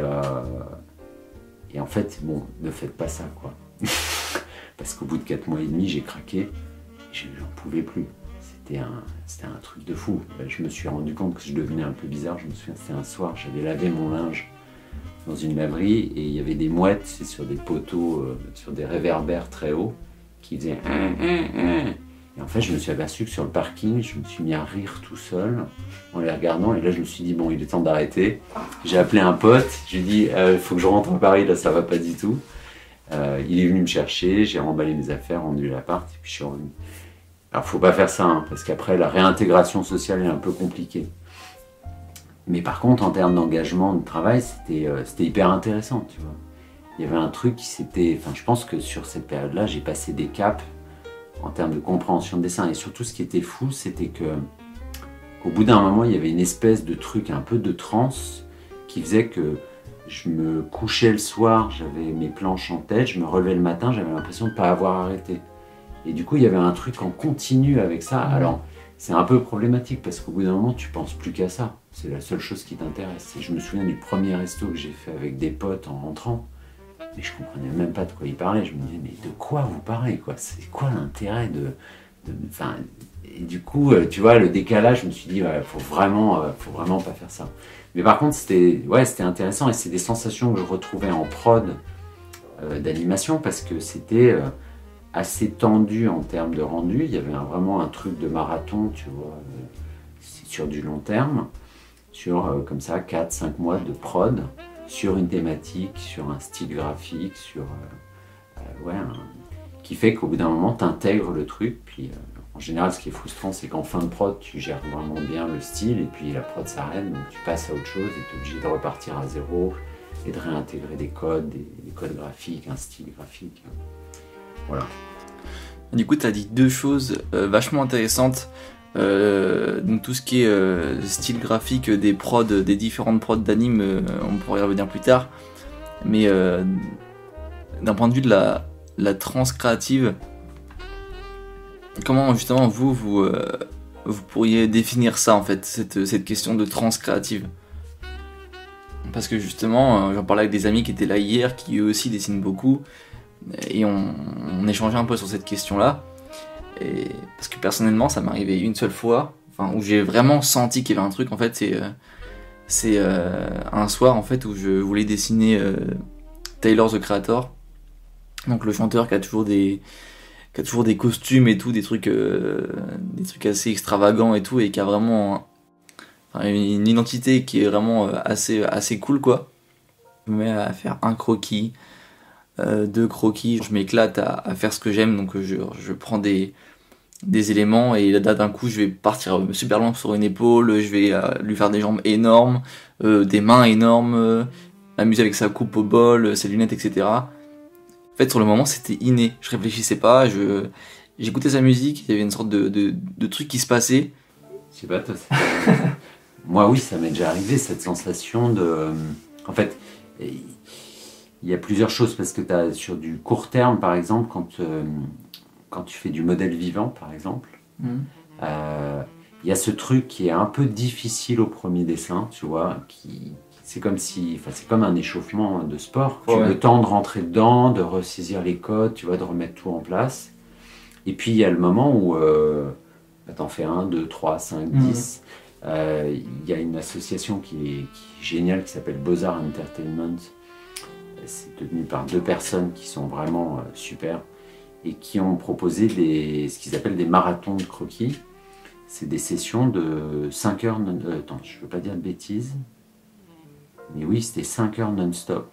Et en fait, bon, ne faites pas ça, quoi. Parce qu'au bout de 4 mois et demi, j'ai craqué. J'en pouvais plus. C'était un truc de fou. Je me suis rendu compte que je devenais un peu bizarre. Je me souviens, c'était un soir, j'avais lavé mon linge dans une laverie et il y avait des mouettes sur des poteaux, sur des réverbères très hauts qui faisaient Et en fait, je me suis aperçu que sur le parking, je me suis mis à rire tout seul en les regardant. Et là, je me suis dit, bon, il est temps d'arrêter. J'ai appelé un pote. J'ai dit, il faut que je rentre à Paris, là, ça va pas du tout. Il est venu me chercher, j'ai remballé mes affaires, rendu l'appart et puis je suis revenu. Alors, faut pas faire ça, hein, parce qu'après, la réintégration sociale est un peu compliquée. Mais par contre, en termes d'engagement, de travail, c'était hyper intéressant, tu vois. Il y avait un truc qui s'était... Enfin, je pense que sur cette période-là, j'ai passé des caps en termes de compréhension de dessin. Et surtout, ce qui était fou, c'était que au bout d'un moment, il y avait une espèce de truc, un peu de transe, qui faisait que je me couchais le soir, j'avais mes planches en tête, je me relevais le matin, j'avais l'impression de ne pas avoir arrêté. Et du coup, il y avait un truc en continu avec ça. Alors, c'est un peu problématique parce qu'au bout d'un moment, tu penses plus qu'à ça. C'est la seule chose qui t'intéresse. Et je me souviens du premier resto que j'ai fait avec des potes en rentrant. Mais je comprenais même pas de quoi ils parlaient. Je me disais, mais de quoi vous parlez, quoi? C'est quoi l'intérêt de... Enfin, et du coup, tu vois, le décalage, je me suis dit, ouais, faut vraiment pas faire ça. Mais par contre, c'était intéressant et c'est des sensations que je retrouvais en prod d'animation parce que c'était assez tendu en termes de rendu. Il y avait vraiment un truc de marathon, tu vois, sur du long terme, sur comme ça 4-5 mois de prod, sur une thématique, sur un style graphique, sur qui fait qu'au bout d'un moment, tu intègres le truc. Puis en général, ce qui est frustrant, c'est qu'en fin de prod, tu gères vraiment bien le style et puis la prod s'arrête, donc tu passes à autre chose et tu es obligé de repartir à zéro et de réintégrer des codes, des codes graphiques, un style graphique. Voilà. Du coup, tu as dit 2 choses vachement intéressantes. Donc tout ce qui est style graphique des prods, des différentes prods d'anime, on pourrait y revenir plus tard. Mais d'un point de vue de la transe créative, comment justement vous pourriez définir ça en fait, cette question de transe créative? Parce que justement, j'en parlais avec des amis qui étaient là hier, qui eux aussi dessinent beaucoup, et on échangeait un peu sur cette question-là. Et parce que personnellement, ça m'est arrivé une seule fois, enfin, où j'ai vraiment senti qu'il y avait un truc. En fait, c'est un soir en fait où je voulais dessiner Tyler the Creator, donc le chanteur qui a toujours des costumes et tout, des trucs assez extravagants et tout, et qui a vraiment une identité qui est vraiment assez cool quoi. Je me mets à faire un croquis, 2 croquis, je m'éclate à faire ce que j'aime, donc je prends des éléments et là d'un coup je vais partir super loin sur une épaule, je vais lui faire des jambes énormes, des mains énormes, m'amuser avec sa coupe au bol, ses lunettes, etc. En fait sur le moment c'était inné, je réfléchissais pas, j'écoutais sa musique, il y avait une sorte de truc qui se passait. Je sais pas, toi, moi oui, ça m'est déjà arrivé, cette sensation de... En fait, il y a plusieurs choses, parce que t'as, sur du court terme, par exemple, quand tu fais du modèle vivant, par exemple, il y a ce truc qui est un peu difficile au premier dessin, tu vois, c'est comme un échauffement de sport. Tu as le temps de rentrer dedans, de ressaisir les codes, tu vois, de remettre tout en place. Et puis il y a le moment où t'en fais 1, 2, 3, 5, 10. Il y a une association qui est géniale qui s'appelle Beaux-Arts Entertainment. C'est tenu par 2 personnes qui sont vraiment super et qui ont proposé ce qu'ils appellent des marathons de croquis. C'est des sessions de 5 heures. Attends, je ne veux pas dire de bêtises. Mais oui, c'était 5 heures non-stop.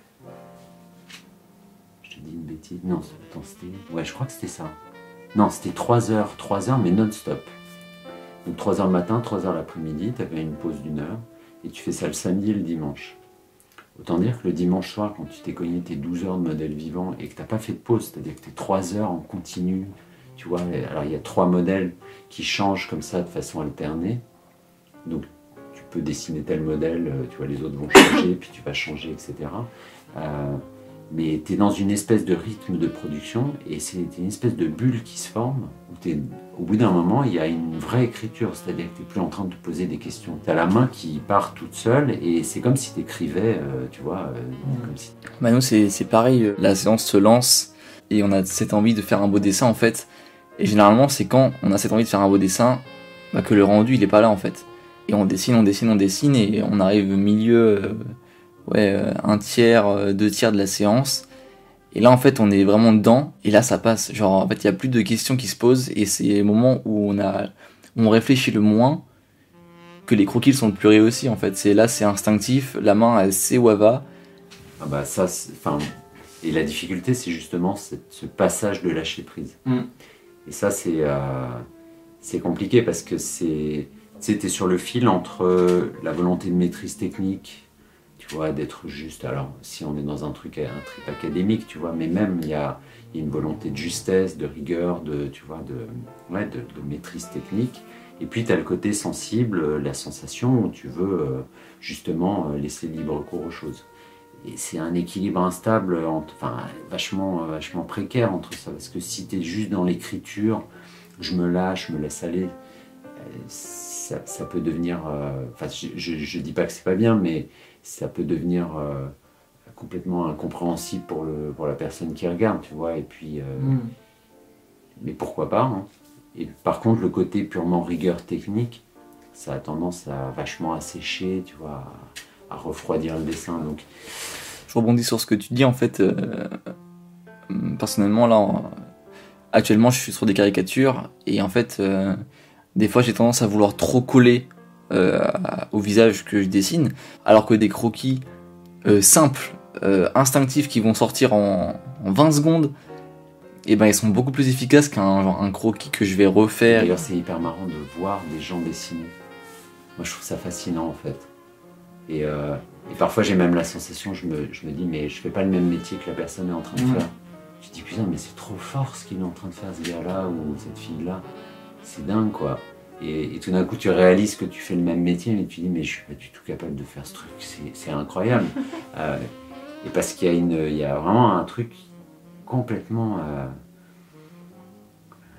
Je te dis une bêtise. Non, attends, c'était... Ouais, je crois que c'était ça. Non, c'était 3 heures mais non-stop. Donc 3 heures le matin, 3 heures l'après-midi, tu avais une pause d'1 heure, et tu fais ça le samedi et le dimanche. Autant dire que le dimanche soir, quand tu t'es cogné tes 12 heures de modèle vivant et que tu n'as pas fait de pause, c'est-à-dire que tu es 3 heures en continu, tu vois, alors il y a 3 modèles qui changent comme ça de façon alternée, donc tu peux dessiner tel modèle, tu vois, les autres vont changer, puis tu vas changer, etc. Mais tu es dans une espèce de rythme de production et c'est une espèce de bulle qui se forme où au bout d'un moment, il y a une vraie écriture, c'est-à-dire que tu n'es plus en train de te poser des questions. Tu as la main qui part toute seule et c'est comme si tu écrivais, tu vois. Comme si... Bah nous, c'est pareil, la séance se lance et on a cette envie de faire un beau dessin en fait. Et généralement, c'est quand on a cette envie de faire un beau dessin que le rendu il est pas là en fait. Et on dessine et on arrive au milieu. Un tiers, 2 tiers de la séance. Et là, en fait, on est vraiment dedans. Et là, ça passe. Genre, en fait, il n'y a plus de questions qui se posent. Et c'est les moments où on réfléchit le moins que les croquis sont le plus réussis, en fait. C'est instinctif. La main, elle sait où elle va. Ah bah ça, et la difficulté, c'est justement ce passage de lâcher prise. Et ça, c'est compliqué parce que t'es sur le fil entre la volonté de maîtrise technique, tu vois, d'être juste, alors si on est dans un trip académique, tu vois, mais même il y a une volonté de justesse, de rigueur, de maîtrise technique, et puis tu as le côté sensible, la sensation où tu veux justement laisser libre cours aux choses. Et c'est un équilibre instable, vachement précaire entre ça, parce que si tu es juste dans l'écriture, je me laisse aller, ça peut devenir, je dis pas que c'est pas bien, mais ça peut devenir complètement incompréhensible pour la personne qui regarde, tu vois, et puis mais pourquoi pas, hein. Et par contre le côté purement rigueur technique, ça a tendance à vachement assécher, tu vois, à refroidir le dessin. Donc je rebondis sur ce que tu dis en fait. Personnellement là, actuellement je suis sur des caricatures et en fait des fois j'ai tendance à vouloir trop coller au visage que je dessine, alors que des croquis simples, instinctifs qui vont sortir en 20 secondes, et ben ils sont beaucoup plus efficaces qu'un croquis que je vais refaire. D'ailleurs c'est hyper marrant de voir des gens dessiner. Moi je trouve ça fascinant en fait. Et parfois j'ai même la sensation, je me dis mais je fais pas le même métier que la personne est en train de faire. Je dis putain mais c'est trop fort ce qu'il est en train de faire, ce gars-là ou cette fille-là. C'est dingue quoi. Et tout d'un coup tu réalises que tu fais le même métier mais tu dis mais je suis pas du tout capable de faire ce truc, c'est incroyable. Et parce qu'il y a vraiment un truc complètement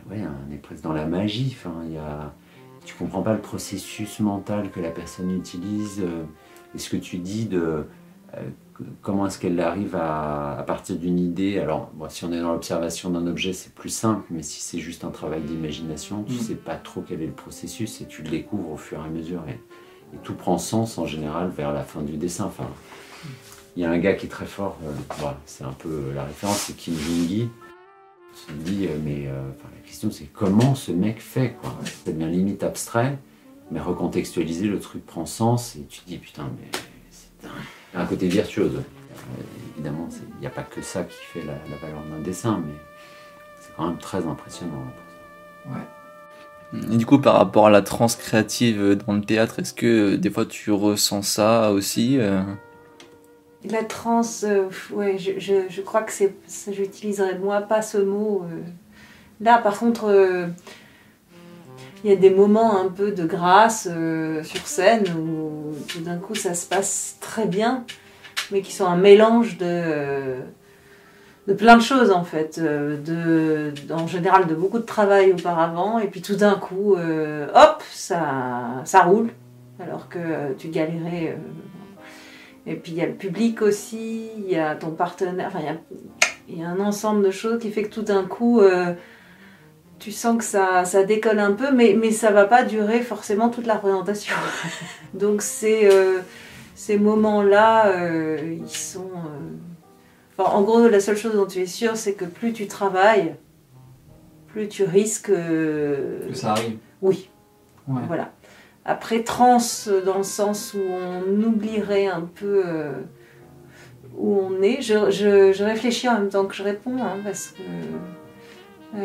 ouais, on est presque dans la magie. Enfin, tu comprends pas le processus mental que la personne utilise, et ce que tu dis de comment est-ce qu'elle arrive à partir d'une idée. Alors, bon, si on est dans l'observation d'un objet, c'est plus simple, mais si c'est juste un travail d'imagination, tu sais pas trop quel est le processus et tu le découvres au fur et à mesure. Et tout prend sens en général vers la fin du dessin. Enfin, il y a un gars qui est très fort, voilà, c'est un peu la référence, c'est Kim Jung-gi. On se dit, la question c'est comment ce mec fait, quoi. Ça devient limite abstrait, mais recontextualiser, le truc prend sens et tu te dis putain, mais c'est dingue. Il y a un côté virtuose. Évidemment, il n'y a pas que ça qui fait la valeur d'un dessin, mais c'est quand même très impressionnant. Ouais. Et du coup, par rapport à la transe créative dans le théâtre, est-ce que des fois tu ressens ça aussi La transe, ouais, je crois que j'utiliserais moi pas ce mot. Là, par contre, il y a des moments un peu de grâce sur scène où tout d'un coup ça se passe très bien, mais qui sont un mélange de plein de choses en fait, en général de beaucoup de travail auparavant, et puis tout d'un coup, hop, ça roule, alors que tu galérais. Et puis il y a le public aussi, il y a ton partenaire, enfin il y a un ensemble de choses qui fait que tout d'un coup, tu sens que ça décolle un peu, mais ça va pas durer forcément toute la représentation. Donc ces moments-là, ils sont... en gros, la seule chose dont tu es sûr, c'est que plus tu travailles, plus tu risques... que ça arrive. Oui, ouais. Voilà. Après, transe, dans le sens où on oublierait un peu où on est. Je réfléchis en même temps que je réponds, hein, parce que...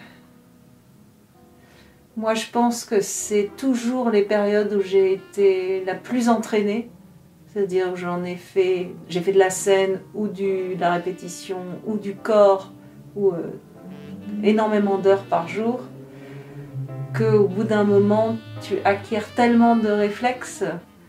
moi, je pense que c'est toujours les périodes où j'ai été la plus entraînée. C'est-à-dire que j'ai fait de la scène, ou de la répétition, ou du corps, ou énormément d'heures par jour, qu'au bout d'un moment, tu acquiers tellement de réflexes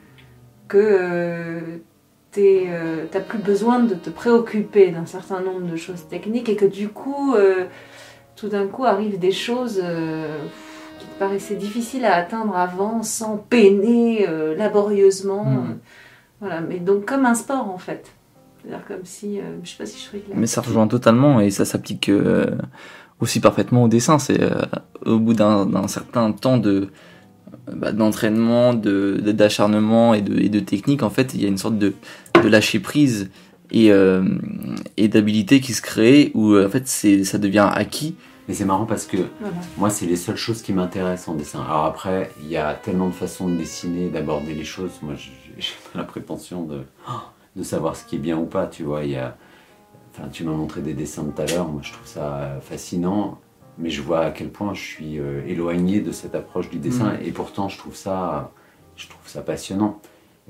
que t'as plus besoin de te préoccuper d'un certain nombre de choses techniques, et que du coup, tout d'un coup, arrivent des choses qui te paraissaient difficiles à atteindre avant, sans peiner laborieusement. Voilà, mais donc comme un sport en fait. C'est-à-dire comme si, je sais pas si je suis claire. Mais ça rejoint totalement, et ça s'applique aussi parfaitement au dessin. C'est au bout d'un certain temps d'entraînement, d'acharnement et de technique, en fait, il y a une sorte de lâcher prise et d'habilité qui se crée, où en fait ça devient acquis. Mais c'est marrant parce que moi, c'est les seules choses qui m'intéressent en dessin. Alors après, il y a tellement de façons de dessiner, d'aborder les choses. Moi, j'ai pas la prétention de savoir ce qui est bien ou pas, tu vois. Enfin, tu m'as montré des dessins tout à l'heure, moi je trouve ça fascinant, mais je vois à quel point je suis éloigné de cette approche du dessin, et pourtant je trouve ça passionnant.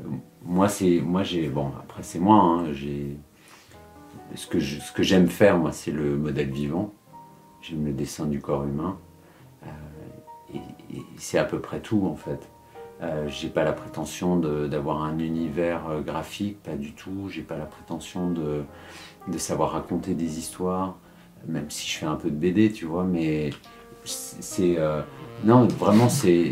Bon, après c'est moi, hein, ce que j'aime faire, moi, c'est le modèle vivant. J'aime le dessin du corps humain, et c'est à peu près tout en fait. J'ai pas la prétention d'avoir un univers graphique, pas du tout. J'ai pas la prétention de savoir raconter des histoires, même si je fais un peu de BD, tu vois, mais non, vraiment, c'est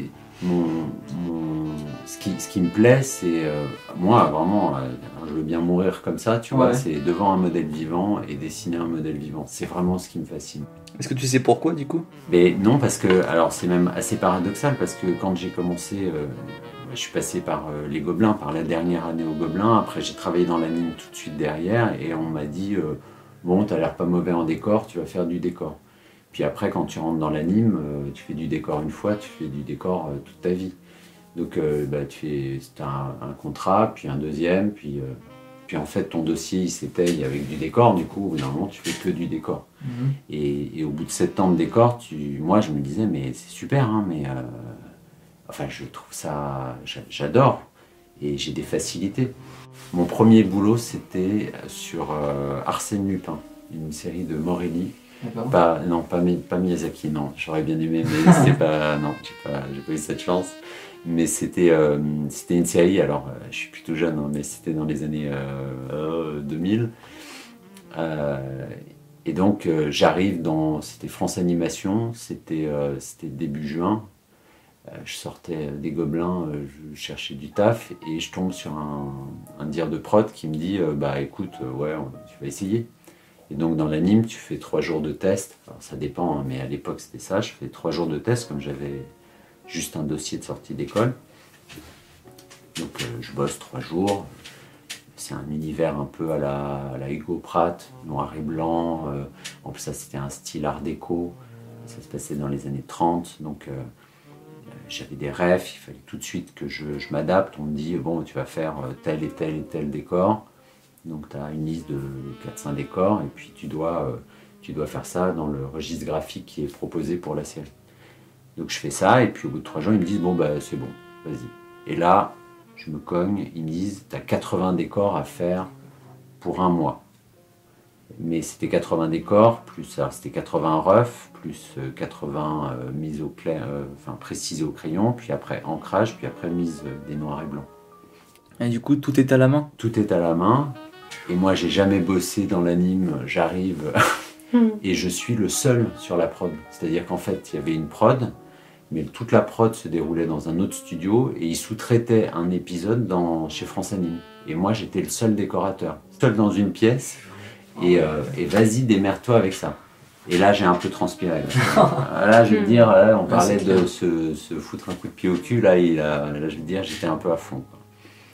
ce qui me plaît, c'est moi, vraiment, je veux bien mourir comme ça, tu vois, c'est devant un modèle vivant et dessiner un modèle vivant. C'est vraiment ce qui me fascine. Est-ce que tu sais pourquoi, du coup ? Mais non, parce que, alors c'est même assez paradoxal, parce que quand j'ai commencé, je suis passé par les Gobelins, par la dernière année aux Gobelins. Après, j'ai travaillé dans l'anime tout de suite derrière, et on m'a dit bon, t'as l'air pas mauvais en décor, tu vas faire du décor. Puis après, quand tu rentres dans l'anime, tu fais du décor une fois, tu fais du décor toute ta vie. Donc, c'est un contrat, puis un deuxième, puis en fait, ton dossier, il s'étaye avec du décor. Du coup, au bout d'un moment, tu fais que du décor. Et au bout de 7 ans de décor, moi, je me disais, mais c'est super, hein, mais... enfin, je trouve ça... J'adore. Et j'ai des facilités. Mon premier boulot, c'était sur Arsène Lupin, une série de Morelli. Pas Miyazaki, non. J'aurais bien aimé, mais c'est pas... Non, j'ai pas eu cette chance. Mais c'était une série, alors je suis plutôt jeune, hein, mais c'était dans les années 2000. Et donc j'arrive c'était France Animation, c'était début juin. Je sortais des Gobelins, je cherchais du taf et je tombe sur un dire de prod qui me dit bah écoute, ouais, tu vas essayer. Et donc dans l'anime, tu fais 3 jours de test. Alors ça dépend, hein, mais à l'époque c'était ça. Je fais 3 jours de test comme j'avais juste un dossier de sortie d'école. Donc je bosse 3 jours. C'est un univers un peu à la Hugo Pratt, noir et blanc. En plus ça c'était un style art déco. Ça se passait dans les années 30. Donc j'avais des rêves, il fallait tout de suite que je m'adapte. On me dit, bon, tu vas faire tel et tel et tel décor. Donc tu as une liste de 4-5 décors et puis tu dois faire ça dans le registre graphique qui est proposé pour la série. Donc je fais ça et puis au bout de 3 jours, ils me disent, bon, bah c'est bon, vas-y. Et là, je me cogne, ils me disent, tu as 80 décors à faire pour 1 mois. Mais c'était 80 décors, plus alors c'était 80 refs, plus 80 mises au précisées au crayon, puis après ancrage, puis après mise des noirs et blancs. Et du coup, tout est à la main? Tout est à la main. Et moi, j'ai jamais bossé dans l'anime. J'arrive et je suis le seul sur la prod. C'est-à-dire qu'en fait, il y avait une prod, mais toute la prod se déroulait dans un autre studio et ils sous-traitaient un épisode chez France Anime. Et moi, j'étais le seul décorateur, seul dans une pièce. Et vas-y, démerde-toi avec ça. Et là, j'ai un peu transpiré. Là, je veux dire, là, on parlait de se foutre un coup de pied au cul. Là, je veux dire, j'étais un peu à fond, quoi.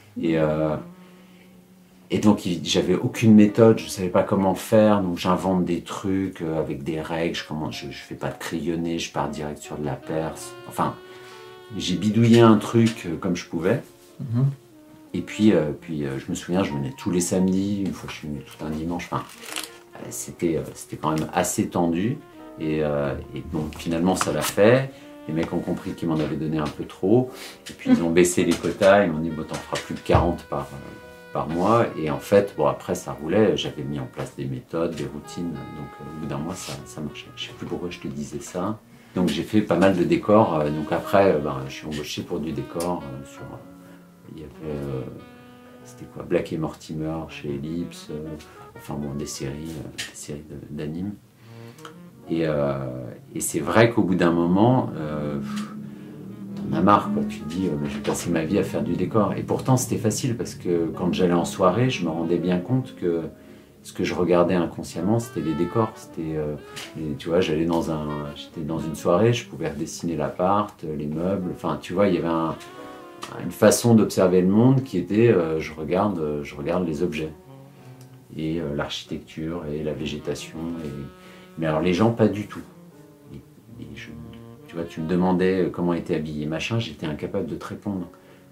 Et donc, j'avais aucune méthode, je ne savais pas comment faire. Donc, j'invente des trucs avec des règles. Je ne fais pas de crayonné, je pars direct sur de la perce. Enfin, j'ai bidouillé un truc comme je pouvais. Mm-hmm. Et puis, je me souviens, je venais tous les samedis, une fois je suis venu tout un dimanche. Enfin, c'était quand même assez tendu. Et donc finalement, ça l'a fait. Les mecs ont compris qu'ils m'en avaient donné un peu trop. Et puis ils ont baissé les quotas. Ils m'ont dit, bon, t'en feras plus de 40 par mois. Et en fait, bon, après, ça roulait. J'avais mis en place des méthodes, des routines. Donc au bout d'un mois, ça marchait. Je ne sais plus pourquoi je te disais ça. Donc j'ai fait pas mal de décors. Donc après, je suis embauché pour du décor sur... Il y avait, c'était quoi, Black et Mortimer chez Ellipse, enfin bon, des séries d'animes. Et c'est vrai qu'au bout d'un moment, t'en as marre, quoi. Tu te dis, je vais passer ma vie à faire du décor. Et pourtant, c'était facile parce que quand j'allais en soirée, je me rendais bien compte que ce que je regardais inconsciemment, c'était les décors. Tu vois, j'étais dans une soirée, je pouvais redessiner l'appart, les meubles. Enfin, tu vois, il y avait une façon d'observer le monde qui était je regarde les objets et l'architecture et la végétation mais alors les gens pas du tout tu vois, tu me demandais comment était habillé machin, j'étais incapable de te répondre.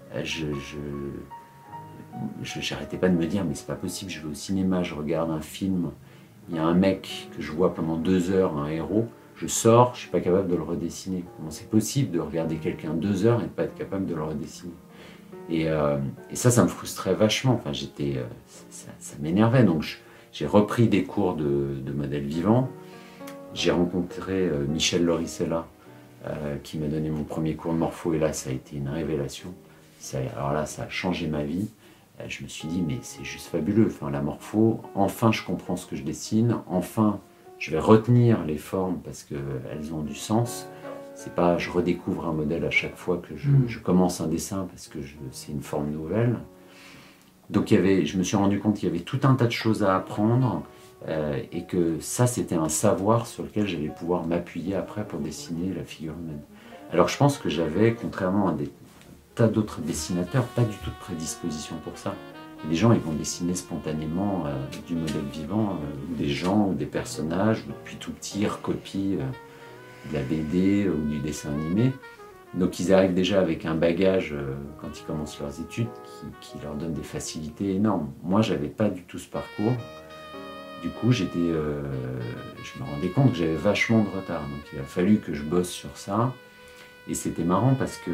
J'arrêtais pas de me dire mais c'est pas possible, je vais au cinéma, je regarde un film, il y a un mec que je vois pendant 2 heures, un héros, je sors, je suis pas capable de le redessiner. Comment c'est possible de regarder quelqu'un 2 heures et de pas être capable de le redessiner? Et ça me frustrait vachement. Enfin, ça m'énervait. Donc j'ai repris des cours de modèle vivant. J'ai rencontré Michel Loricella, qui m'a donné mon premier cours de morpho. Et là, ça a été une révélation. Alors là, ça a changé ma vie. Je me suis dit, mais c'est juste fabuleux. Enfin, la morpho, enfin, je comprends ce que je dessine. Enfin, je vais retenir les formes parce qu'elles ont du sens. C'est pas je redécouvre un modèle à chaque fois que je commence un dessin parce que c'est une forme nouvelle. Donc je me suis rendu compte qu'il y avait tout un tas de choses à apprendre et que ça c'était un savoir sur lequel j'allais pouvoir m'appuyer après pour dessiner la figure humaine. Alors je pense que j'avais, contrairement à des tas d'autres dessinateurs, pas du tout de prédisposition pour ça. Les gens, ils vont dessiner spontanément du modèle vivant, des gens ou des personnages, ou depuis tout petit, ils recopient de la BD ou du dessin animé. Donc ils arrivent déjà avec un bagage, quand ils commencent leurs études, qui leur donne des facilités énormes. Moi, j'avais pas du tout ce parcours. Du coup, je me rendais compte que j'avais vachement de retard. Donc il a fallu que je bosse sur ça. Et c'était marrant parce que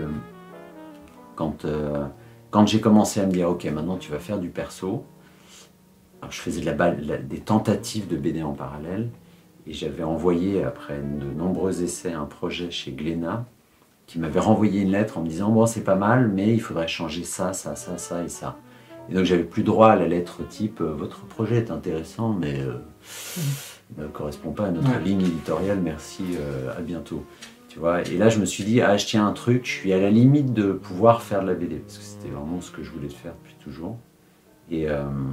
quand j'ai commencé à me dire, ok, maintenant tu vas faire du perso, alors je faisais des tentatives de BD en parallèle, et j'avais envoyé, après de nombreux essais, un projet chez Glénat, qui m'avait renvoyé une lettre en me disant, bon, c'est pas mal, mais il faudrait changer ça, ça, ça, ça et ça. Et donc j'avais plus droit à la lettre type, votre projet est intéressant, mais ne correspond pas à notre ligne éditoriale, merci, à bientôt. Tu vois, et là je me suis dit, je tiens un truc, je suis à la limite de pouvoir faire de la BD, parce que c'était vraiment ce que je voulais faire depuis toujours. Et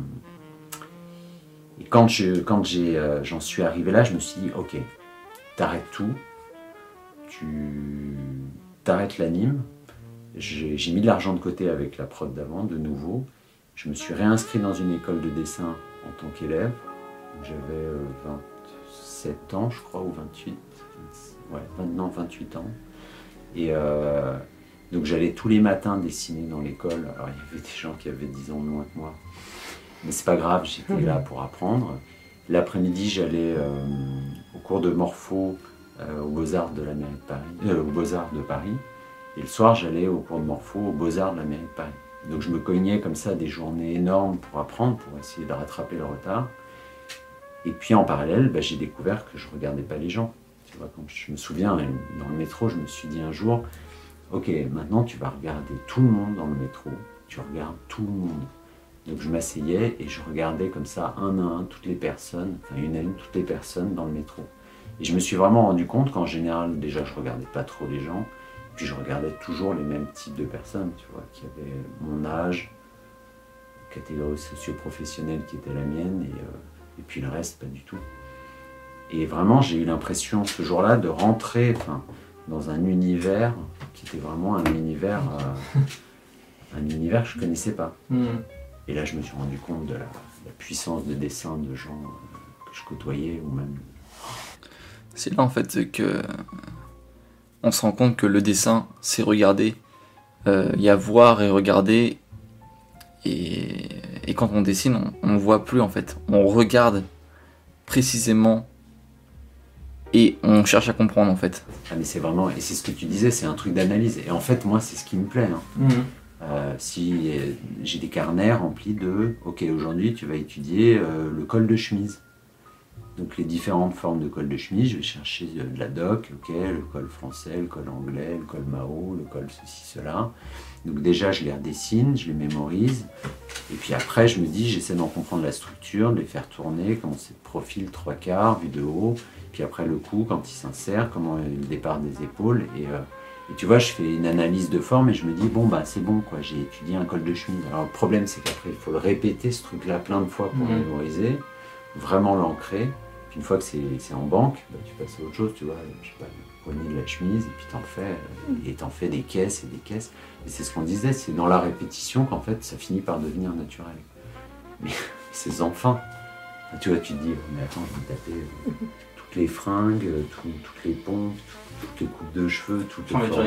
quand j'en suis arrivé là, je me suis dit, ok, t'arrêtes tout, tu t'arrêtes l'anime. J'ai mis de l'argent de côté avec la prod d'avant, de nouveau. Je me suis réinscrit dans une école de dessin en tant qu'élève. J'avais 27 ans, je crois, ou 28. Ouais, maintenant 28 ans. Et donc j'allais tous les matins dessiner dans l'école. Alors il y avait des gens qui avaient 10 ans de moins que moi. Mais c'est pas grave, j'étais là pour apprendre. L'après-midi, j'allais au cours de morpho aux Beaux-Arts de la mairie de Paris, aux Beaux-Arts de Paris. Et le soir, j'allais au cours de morpho aux Beaux-Arts de la mairie de Paris. Donc je me cognais comme ça des journées énormes pour apprendre, pour essayer de rattraper le retard. Et puis en parallèle, j'ai découvert que je ne regardais pas les gens. Tu vois, quand je me souviens, dans le métro, je me suis dit un jour, ok, maintenant tu vas regarder tout le monde dans le métro. Tu regardes tout le monde. Donc je m'asseyais et je regardais comme ça, un à un, toutes les personnes, enfin une à une, toutes les personnes dans le métro. Et je me suis vraiment rendu compte qu'en général, déjà, je ne regardais pas trop les gens. Puis je regardais toujours les mêmes types de personnes, tu vois, qui avaient mon âge, catégorie socio-professionnelle qui était la mienne, et puis le reste, pas du tout. Et vraiment, j'ai eu l'impression ce jour-là de rentrer dans un univers qui était vraiment un univers que je ne connaissais pas. Et là, je me suis rendu compte de la puissance de dessin de gens que je côtoyais, ou même... C'est là en fait que on se rend compte que le dessin, c'est regarder. Il y a voir et regarder. Et quand on dessine, on ne voit plus en fait. On regarde précisément et on cherche à comprendre en fait. Ah mais c'est vraiment, et c'est ce que tu disais, c'est un truc d'analyse. Et en fait, moi, c'est ce qui me plaît. Si j'ai des carnets remplis de, ok, aujourd'hui, tu vas étudier le col de chemise. Donc les différentes formes de col de chemise, je vais chercher de la doc, ok, le col français, le col anglais, le col Mao, le col ceci, cela. Donc déjà, je les redessine, je les mémorise. Et puis après, je me dis, j'essaie d'en comprendre la structure, de les faire tourner, comment c'est le profil 3/4, vu de haut. Puis après le cou, quand il s'insère, comment est le départ des épaules. Et tu vois, je fais une analyse de forme et je me dis, bon, c'est bon, quoi, j'ai étudié un col de chemise. Alors le problème, c'est qu'après, il faut le répéter, ce truc-là, plein de fois pour le mémoriser, vraiment l'ancrer. Une fois que c'est en banque, tu passes à autre chose, tu vois, je sais pas, le poignet de la chemise, et puis t'en fais des caisses et des caisses. Et c'est ce qu'on disait, c'est dans la répétition qu'en fait, ça finit par devenir naturel. Mais ces enfants, tu vois, tu te dis, mais attends, je vais taper toutes les fringues, toutes les pompes, toutes les coupes de cheveux, toutes les formes.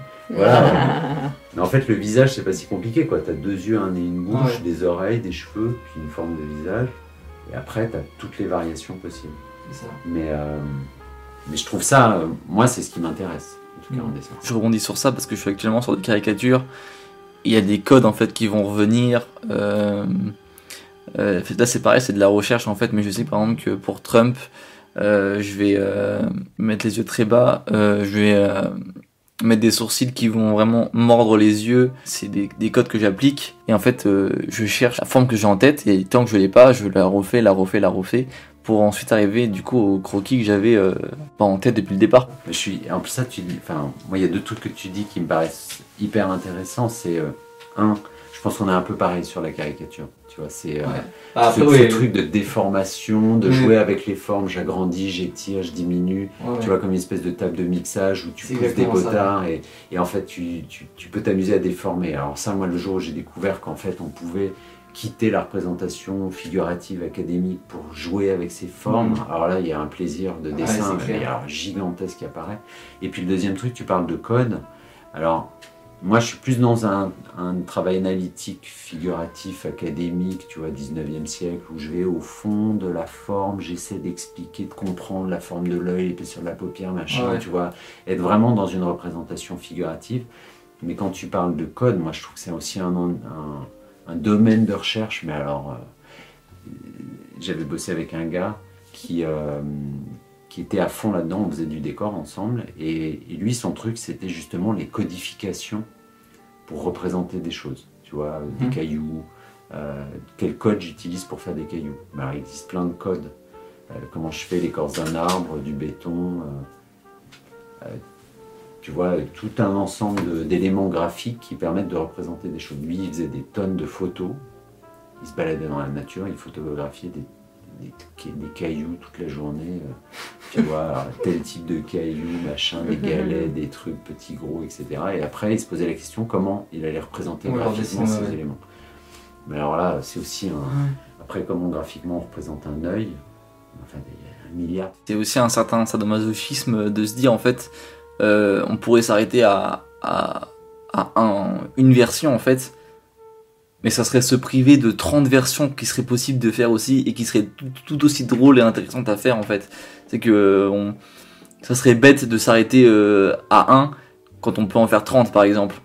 Voilà. Mais en fait, le visage, c'est pas si compliqué, quoi. T'as 2 yeux, un nez, une bouche, des oreilles, des cheveux, puis une forme de visage. Et après, tu as toutes les variations possibles. C'est ça. Mais je trouve ça, moi, c'est ce qui m'intéresse, en tout cas en dessin. Je rebondis sur ça parce que je suis actuellement sur des caricatures. Il y a des codes en fait qui vont revenir. Là, c'est pareil, c'est de la recherche en fait, mais je sais par exemple que pour Trump, je vais mettre les yeux très bas, je vais mettre des sourcils qui vont vraiment mordre les yeux. C'est des codes que j'applique et en fait je cherche la forme que j'ai en tête et tant que je l'ai pas, je la refais pour ensuite arriver du coup au croquis que j'avais pas en tête depuis le départ. En plus ça, tu dis, moi il y a 2 trucs que tu dis qui me paraissent hyper intéressants. C'est je pense qu'on est un peu pareil sur la caricature. Tu vois, c'est ce truc de déformation, de jouer avec les formes. J'agrandis, j'étire, je diminue. Tu vois, comme une espèce de table de mixage où tu pousses des potards et en fait tu peux t'amuser à déformer. Alors ça, moi, le jour où j'ai découvert qu'en fait on pouvait quitter la représentation figurative académique pour jouer avec ces formes, alors là il y a un plaisir de dessin gigantesque qui apparaît. Et puis le deuxième truc, tu parles de code. Alors moi, je suis plus dans un travail analytique, figuratif, académique, tu vois, 19e siècle, où je vais au fond de la forme, j'essaie d'expliquer, de comprendre la forme de l'œil, l'épaisseur de la paupière, machin, tu vois, être vraiment dans une représentation figurative. Mais quand tu parles de code, moi, je trouve que c'est aussi un domaine de recherche. Mais alors, j'avais bossé avec un gars qui était à fond là-dedans, on faisait du décor ensemble, et lui, son truc, c'était justement les codifications pour représenter des choses, tu vois, des cailloux, quel code j'utilise pour faire des cailloux. Alors, il existe plein de codes comment je fais l'écorce d'un arbre, du béton, tu vois, tout un ensemble d'éléments graphiques qui permettent de représenter des choses. Lui, il faisait des tonnes de photos, il se baladait dans la nature, il photographiait des cailloux toute la journée, tu vois, alors, tel type de cailloux, machin, des galets, des trucs petits, gros, etc. Et après, il se posait la question comment il allait représenter graphiquement ces éléments. Mais alors là, c'est aussi après, comment graphiquement on représente un œil, enfin, il y a un milliard. C'est aussi un certain sadomasochisme de se dire, en fait, on pourrait s'arrêter à une version, en fait, mais ça serait se priver de 30 versions qui seraient possibles de faire aussi et qui seraient tout aussi drôles et intéressantes à faire, en fait. C'est que ça serait bête de s'arrêter à 1 quand on peut en faire 30, par exemple.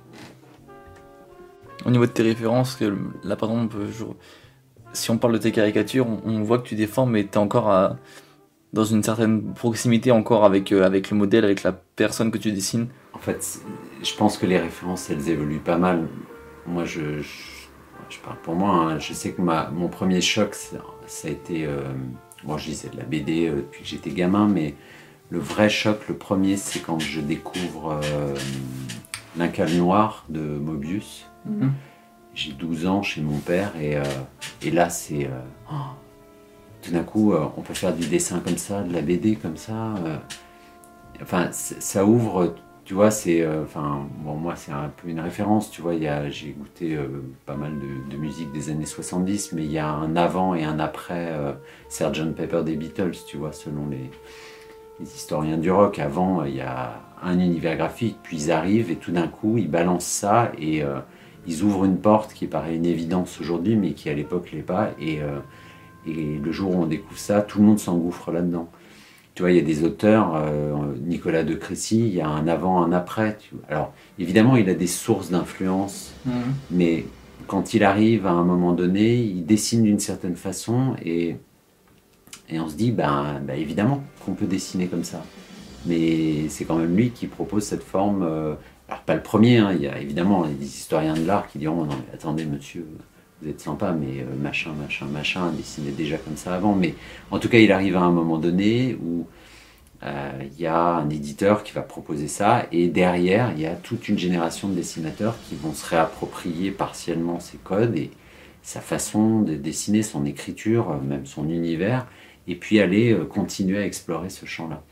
Au niveau de tes références, là par exemple, si on parle de tes caricatures, on voit que tu déformes, mais tu es encore dans une certaine proximité encore avec le modèle, avec la personne que tu dessines. En fait, je pense que les références, elles évoluent pas mal. Moi, je parle pour moi, hein. Je sais que mon premier choc, ça a été... bon, je lisais de la BD depuis que j'étais gamin, mais le vrai choc, le premier, c'est quand je découvre L'Incal Noir de Moebius. J'ai 12 ans chez mon père et là c'est tout d'un coup on peut faire du dessin comme ça, de la BD comme ça, enfin ça ouvre, tu vois, c'est enfin bon, moi c'est un peu une référence, tu vois, j'ai goûté pas mal de musique des années 70, mais il y a un avant et un après Sgt Pepper des Beatles, tu vois, selon les historiens du rock. Avant il y a un univers graphique, puis ils arrivent et tout d'un coup ils balancent ça et ils ouvrent une porte qui paraît une évidence aujourd'hui, mais qui à l'époque l'est pas. Et le jour où on découvre ça, tout le monde s'engouffre là-dedans. Tu vois, il y a des auteurs, Nicolas de Crécy, il y a un avant, un après. Alors, évidemment, il a des sources d'influence, mais quand il arrive à un moment donné, il dessine d'une certaine façon et on se dit, évidemment qu'on peut dessiner comme ça. Mais c'est quand même lui qui propose cette forme... alors pas le premier, hein, il y a évidemment des historiens de l'art qui diront non mais attendez monsieur, vous êtes sympa, mais machin, dessinait déjà comme ça avant. Mais en tout cas il arrive à un moment donné où il y a un éditeur qui va proposer ça et derrière il y a toute une génération de dessinateurs qui vont se réapproprier partiellement ses codes et sa façon de dessiner, son écriture, même son univers, et puis aller continuer à explorer ce champ-là.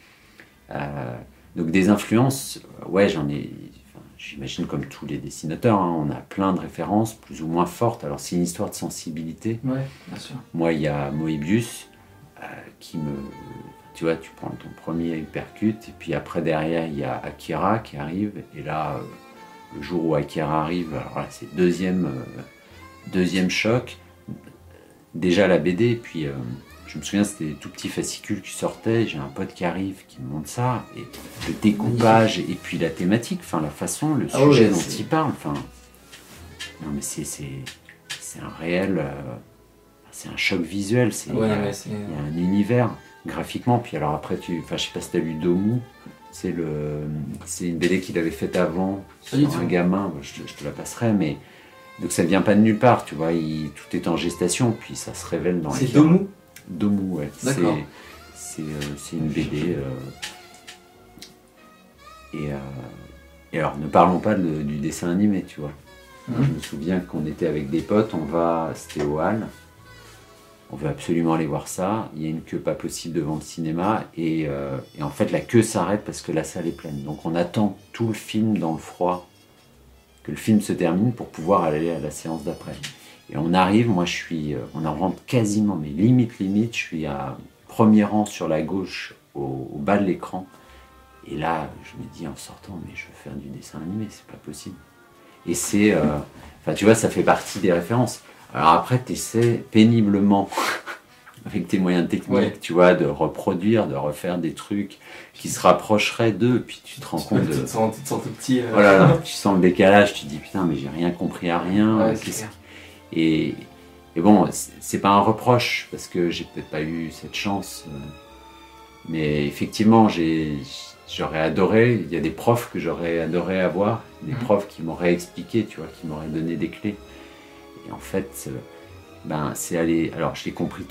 Donc des influences, ouais, j'imagine comme tous les dessinateurs, hein, on a plein de références plus ou moins fortes. Alors c'est une histoire de sensibilité. Ouais, bien sûr. Moi, il y a Moebius qui me... Tu vois, tu prends ton premier hypercute et puis après derrière il y a Akira qui arrive et là, le jour où Akira arrive, alors là c'est deuxième choc. Déjà la BD, puis... je me souviens, c'était des tout petits fascicules qui sortaient, j'ai un pote qui arrive, qui me montre ça, et le découpage, et puis la thématique, enfin la façon, le sujet dont il parle, enfin... Non mais c'est un réel... c'est un choc visuel, il y a un univers, graphiquement, puis alors après, je sais pas si t'as lu Domu, c'est une BD qu'il avait faite avant, sur un gamin, je te la passerai, mais... Donc ça vient pas de nulle part, tu vois, tout est en gestation, puis ça se révèle dans... C'est Domu ? Domu, ouais. D'accord. C'est une BD. Et alors, ne parlons pas du dessin animé, tu vois. Moi, je me souviens qu'on était avec des potes, c'était au Hall, on veut absolument aller voir ça, il y a une queue pas possible devant le cinéma, et en fait, la queue s'arrête parce que la salle est pleine. Donc, on attend tout le film dans le froid, que le film se termine pour pouvoir aller à la séance d'après. Et on arrive, moi on en rentre quasiment, mais limite, je suis à premier rang sur la gauche, au bas de l'écran. Et là, je me dis en sortant, mais je veux faire du dessin animé, c'est pas possible. Et c'est, enfin tu vois, ça fait partie des références. Alors après, tu essaies péniblement, avec tes moyens techniques, tu vois, de reproduire, de refaire des trucs qui se rapprocheraient d'eux, puis tu te rends compte de... Tu te sens tout petit. Voilà, tu sens le décalage, tu te dis putain, mais j'ai rien compris à rien. Et bon, c'est pas un reproche, parce que j'ai peut-être pas eu cette chance. Mais effectivement, j'aurais adoré, il y a des profs que j'aurais adoré avoir, des profs qui m'auraient expliqué, tu vois, qui m'auraient donné des clés. Et en fait, c'est allé... Alors, je l'ai compris trop...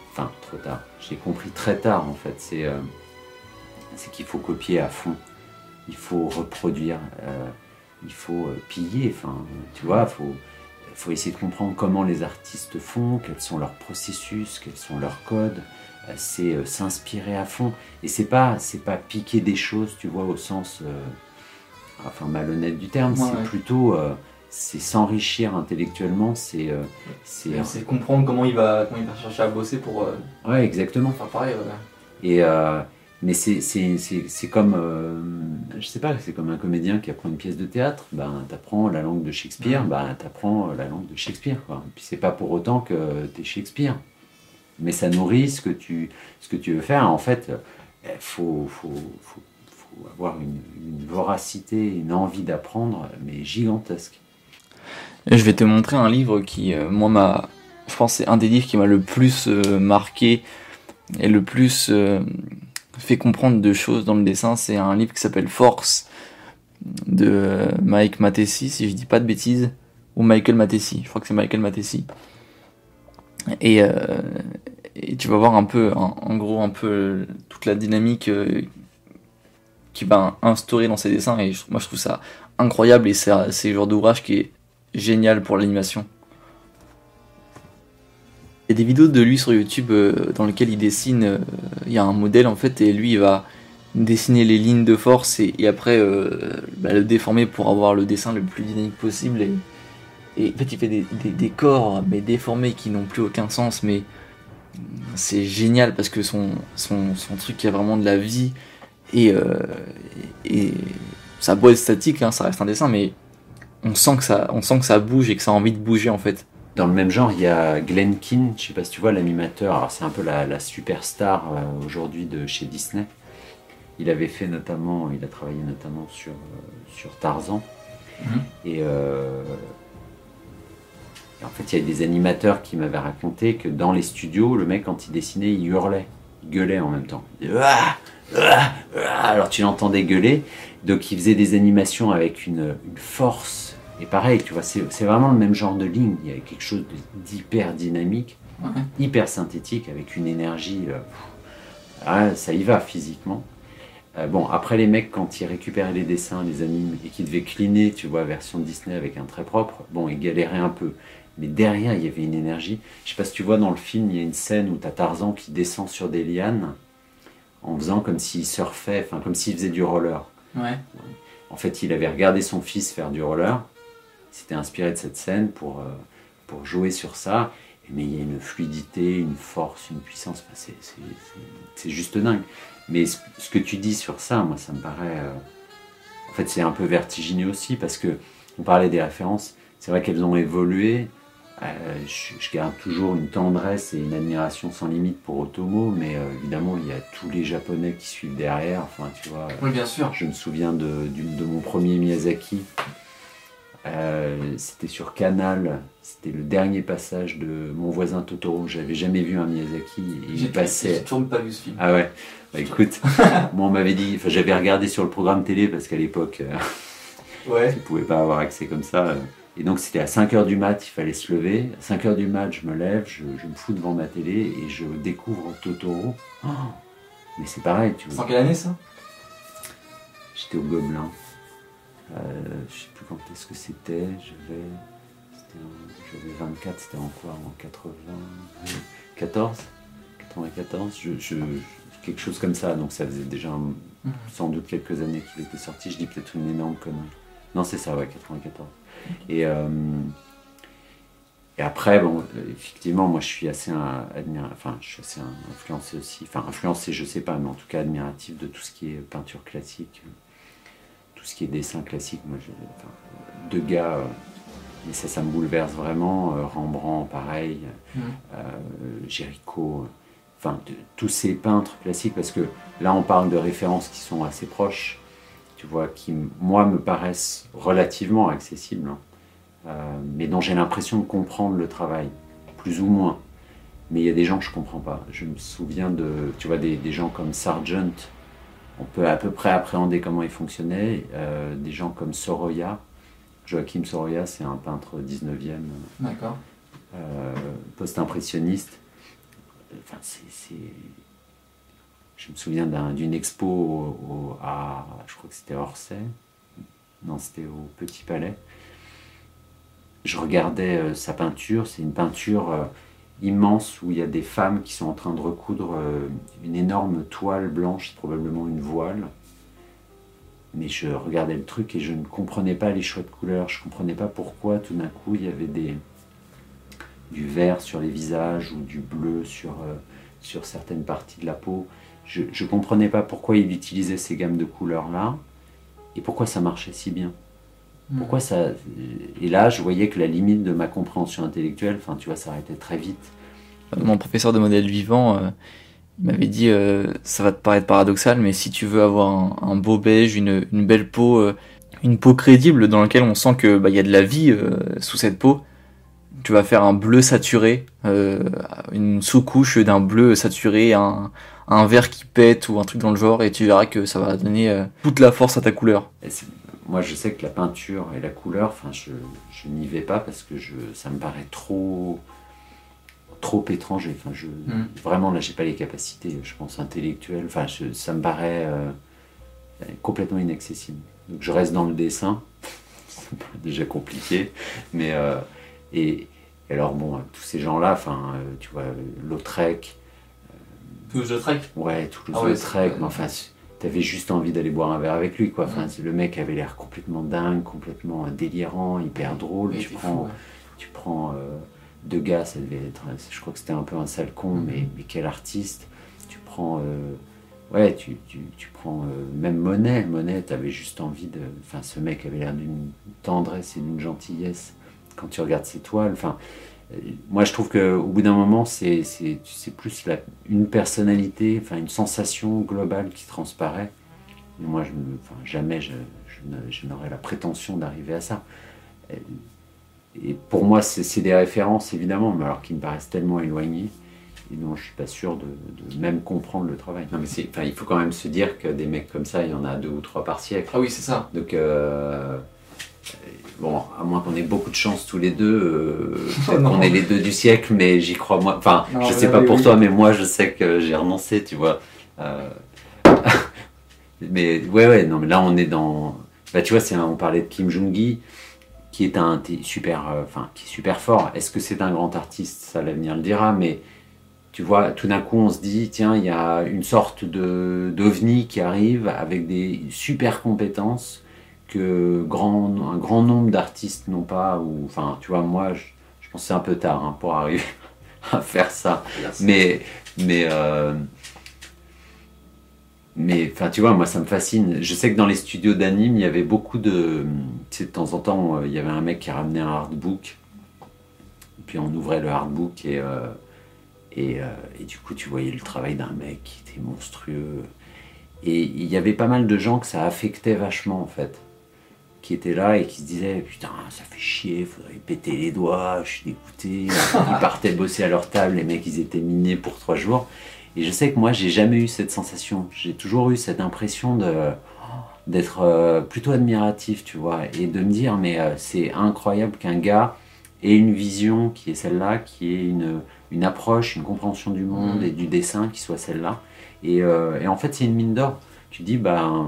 Enfin, trop tard. J'ai compris très tard, en fait. C'est qu'il faut copier à fond. Il faut reproduire. Il faut piller. Enfin, tu vois, faut essayer de comprendre comment les artistes font, quels sont leurs processus, quels sont leurs codes. C'est s'inspirer à fond. Et c'est pas piquer des choses, tu vois, au sens malhonnête du terme. C'est plutôt c'est s'enrichir intellectuellement. C'est comprendre comment il va chercher à bosser pour. Ouais, exactement. Faire pareil. Et mais c'est comme je sais pas, c'est comme un comédien qui apprend une pièce de théâtre. Ben t'apprends la langue de Shakespeare, t'apprends la langue de Shakespeare, quoi. Et puis c'est pas pour autant que t'es Shakespeare, mais ça nourrit ce que tu veux faire. En fait, faut avoir une voracité, une envie d'apprendre, mais gigantesque. Et je vais te montrer un livre qui moi je pense c'est un des livres qui m'a le plus marqué et le plus fait comprendre de choses dans le dessin. C'est un livre qui s'appelle Force de Mike Mattesi, si je dis pas de bêtises, ou Michael Mattesi, je crois que c'est Michael Mattesi. Et tu vas voir un peu, en gros, un peu toute la dynamique qu'il va instaurer dans ses dessins. Et moi je trouve ça incroyable, et c'est le genre d'ouvrage qui est génial pour l'animation. Il y a des vidéos de lui sur YouTube dans lesquelles il dessine, il y a un modèle en fait, et lui il va dessiner les lignes de force et après le déformer pour avoir le dessin le plus dynamique possible, et en fait il fait des corps mais déformés qui n'ont plus aucun sens, mais c'est génial parce que son truc, il y a vraiment de la vie, et ça a beau être statique, hein, ça reste un dessin, mais on sent que ça bouge et que ça a envie de bouger en fait. Dans le même genre, il y a Glenn Keane, je sais pas si tu vois, l'animateur. Alors c'est un peu la superstar aujourd'hui de chez Disney. Il a travaillé notamment sur Tarzan. Et en fait, il y a des animateurs qui m'avaient raconté que dans les studios, le mec, quand il dessinait, il hurlait, il gueulait en même temps. Alors tu l'entendais gueuler. Donc il faisait des animations avec une force. Et pareil, tu vois, c'est vraiment le même genre de ligne. Il y avait quelque chose d'hyper dynamique, hyper synthétique, avec une énergie. Ça y va physiquement. Après, les mecs, quand ils récupéraient les dessins, les animes, et qu'ils devaient cleaner, tu vois, version Disney avec un trait propre, ils galéraient un peu. Mais derrière, il y avait une énergie. Je sais pas si tu vois, dans le film, il y a une scène où tu as Tarzan qui descend sur des lianes en faisant comme s'il surfait, enfin comme s'il faisait du roller. Ouais. En fait, il avait regardé son fils faire du roller. Il s'était inspiré de cette scène pour jouer sur ça, mais il y a une fluidité, une force, une puissance, c'est juste dingue. Mais ce que tu dis sur ça, moi ça me paraît... en fait c'est un peu vertigineux aussi, parce que on parlait des références, c'est vrai qu'elles ont évolué, je garde toujours une tendresse et une admiration sans limite pour Otomo, mais évidemment il y a tous les Japonais qui suivent derrière, enfin tu vois... Oui, bien sûr. Je me souviens de mon premier Miyazaki. C'était sur Canal, c'était le dernier passage de Mon voisin Totoro. J'avais jamais vu un Miyazaki et il passait. J'ai toujours pas vu ce film. Ah ouais, écoute, moi on m'avait dit, j'avais regardé sur le programme télé parce qu'à l'époque, je ne pouvais pas avoir accès comme ça. Et donc c'était à 5h du mat, il fallait se lever. À 5h du mat, je me lève, je me fous devant ma télé et je découvre Totoro. Mais c'est pareil, tu vois. C'est en quelle année ça? J'étais au Gobelin. Je sais plus quand est-ce que c'était, j'avais 24, c'était en quoi, en 94, quelque chose comme ça, donc ça faisait déjà sans doute quelques années qu'il était sorti, je dis peut-être une énorme connerie. Non, c'est ça, 94. Et après, effectivement, moi je suis assez influencé aussi, influencé je sais pas, mais en tout cas admiratif de tout ce qui est peinture classique. Tout ce qui est dessin classique, moi, Degas, mais ça me bouleverse vraiment. Rembrandt, pareil, Géricault, tous ces peintres classiques, parce que là, on parle de références qui sont assez proches, tu vois, qui, moi, me paraissent relativement accessibles, mais dont j'ai l'impression de comprendre le travail, plus ou moins. Mais il y a des gens que je ne comprends pas. Je me souviens tu vois, des gens comme Sargent. On peut à peu près appréhender comment il fonctionnait. Des gens comme Sorolla. Joachim Sorolla, c'est un peintre 19e, D'accord. post-impressionniste. Enfin, je me souviens d'une expo je crois que c'était à Orsay. Non, c'était au Petit Palais. Je regardais sa peinture. C'est une peinture immense où il y a des femmes qui sont en train de recoudre une énorme toile blanche, probablement une voile. Mais je regardais le truc et je ne comprenais pas les choix de couleurs. Je ne comprenais pas pourquoi tout d'un coup il y avait du vert sur les visages ou du bleu sur certaines parties de la peau. Je ne comprenais pas pourquoi il utilisait ces gammes de couleurs-là et pourquoi ça marchait si bien. Pourquoi ça... Et là, je voyais que la limite de ma compréhension intellectuelle, enfin, tu vois, ça arrêtait très vite. Mon professeur de modèle vivant, il m'avait dit, ça va te paraître paradoxal, mais si tu veux avoir un beau beige, une belle peau, une peau crédible dans laquelle on sent que y a de la vie sous cette peau, tu vas faire un bleu saturé, une sous-couche d'un bleu saturé, un vert qui pète ou un truc dans le genre, et tu verras que ça va donner toute la force à ta couleur. Moi, je sais que la peinture et la couleur, enfin, je n'y vais pas parce que ça me paraît trop étranger. Enfin, vraiment, là, j'ai pas les capacités, je pense, intellectuelles. Enfin, ça me paraît complètement inaccessible. Donc, je reste dans le dessin. C'est déjà compliqué, mais et alors bon, tous ces gens-là, enfin, tu vois, Lautrec. Toulouse-Lautrec. Ouais, Toulouse-Lautrec. Mais enfin, t'avais juste envie d'aller boire un verre avec lui, quoi. Enfin, le mec avait l'air complètement dingue, complètement délirant, hyper drôle. Tu prends Degas, ça devait être, je crois que c'était un peu un sale con, mais quel artiste. Tu prends, tu prends même Monet, t'avais juste envie de. Enfin, ce mec avait l'air d'une tendresse et d'une gentillesse quand tu regardes ses toiles. Enfin, moi, je trouve qu'au bout d'un moment, c'est plus une personnalité, enfin une sensation globale qui transparaît. Et moi, jamais je n'aurais la prétention d'arriver à ça. Et pour moi, c'est des références, évidemment, mais alors qui me paraissent tellement éloignées, et dont je ne suis pas sûr de même comprendre le travail. Non, mais il faut quand même se dire que des mecs comme ça, il y en a 2 ou 3 par siècle. Ah oui, c'est ça. Donc, bon, à moins qu'on ait beaucoup de chance tous les deux, qu'on ait les 2 du siècle, mais j'y crois moi. Enfin, non, je sais pas pour toi, mais moi je sais que j'ai renoncé, tu vois. Mais ouais, non, mais là on est dans. Bah, tu vois, on parlait de Kim Jong-gi, qui est qui est super fort. Est-ce que c'est un grand artiste? Ça, l'avenir le dira, mais tu vois, tout d'un coup on se dit, tiens, il y a une sorte d'ovni qui arrive avec des super compétences que un grand nombre d'artistes n'ont pas, ou enfin, tu vois, moi, je pense que c'est un peu tard pour arriver à faire ça. Merci. Mais enfin, tu vois, moi, ça me fascine. Je sais que dans les studios d'anime, il y avait beaucoup de... Tu sais, de temps en temps, il y avait un mec qui ramenait un artbook, puis on ouvrait le artbook et du coup, tu voyais le travail d'un mec qui était monstrueux. Et il y avait pas mal de gens que ça affectait vachement, en fait, qui étaient là et qui se disaient « Putain, ça fait chier, faudrait péter les doigts, je suis dégoûté. » Ils partaient bosser à leur table, les mecs, ils étaient minés pour 3 jours. Et je sais que moi, j'ai jamais eu cette sensation. J'ai toujours eu cette impression d'être plutôt admiratif, tu vois, et de me dire « Mais c'est incroyable qu'un gars ait une vision qui est celle-là, qui ait une approche, une compréhension du monde et du dessin qui soit celle-là. » Et en fait, c'est une mine d'or. Tu dis,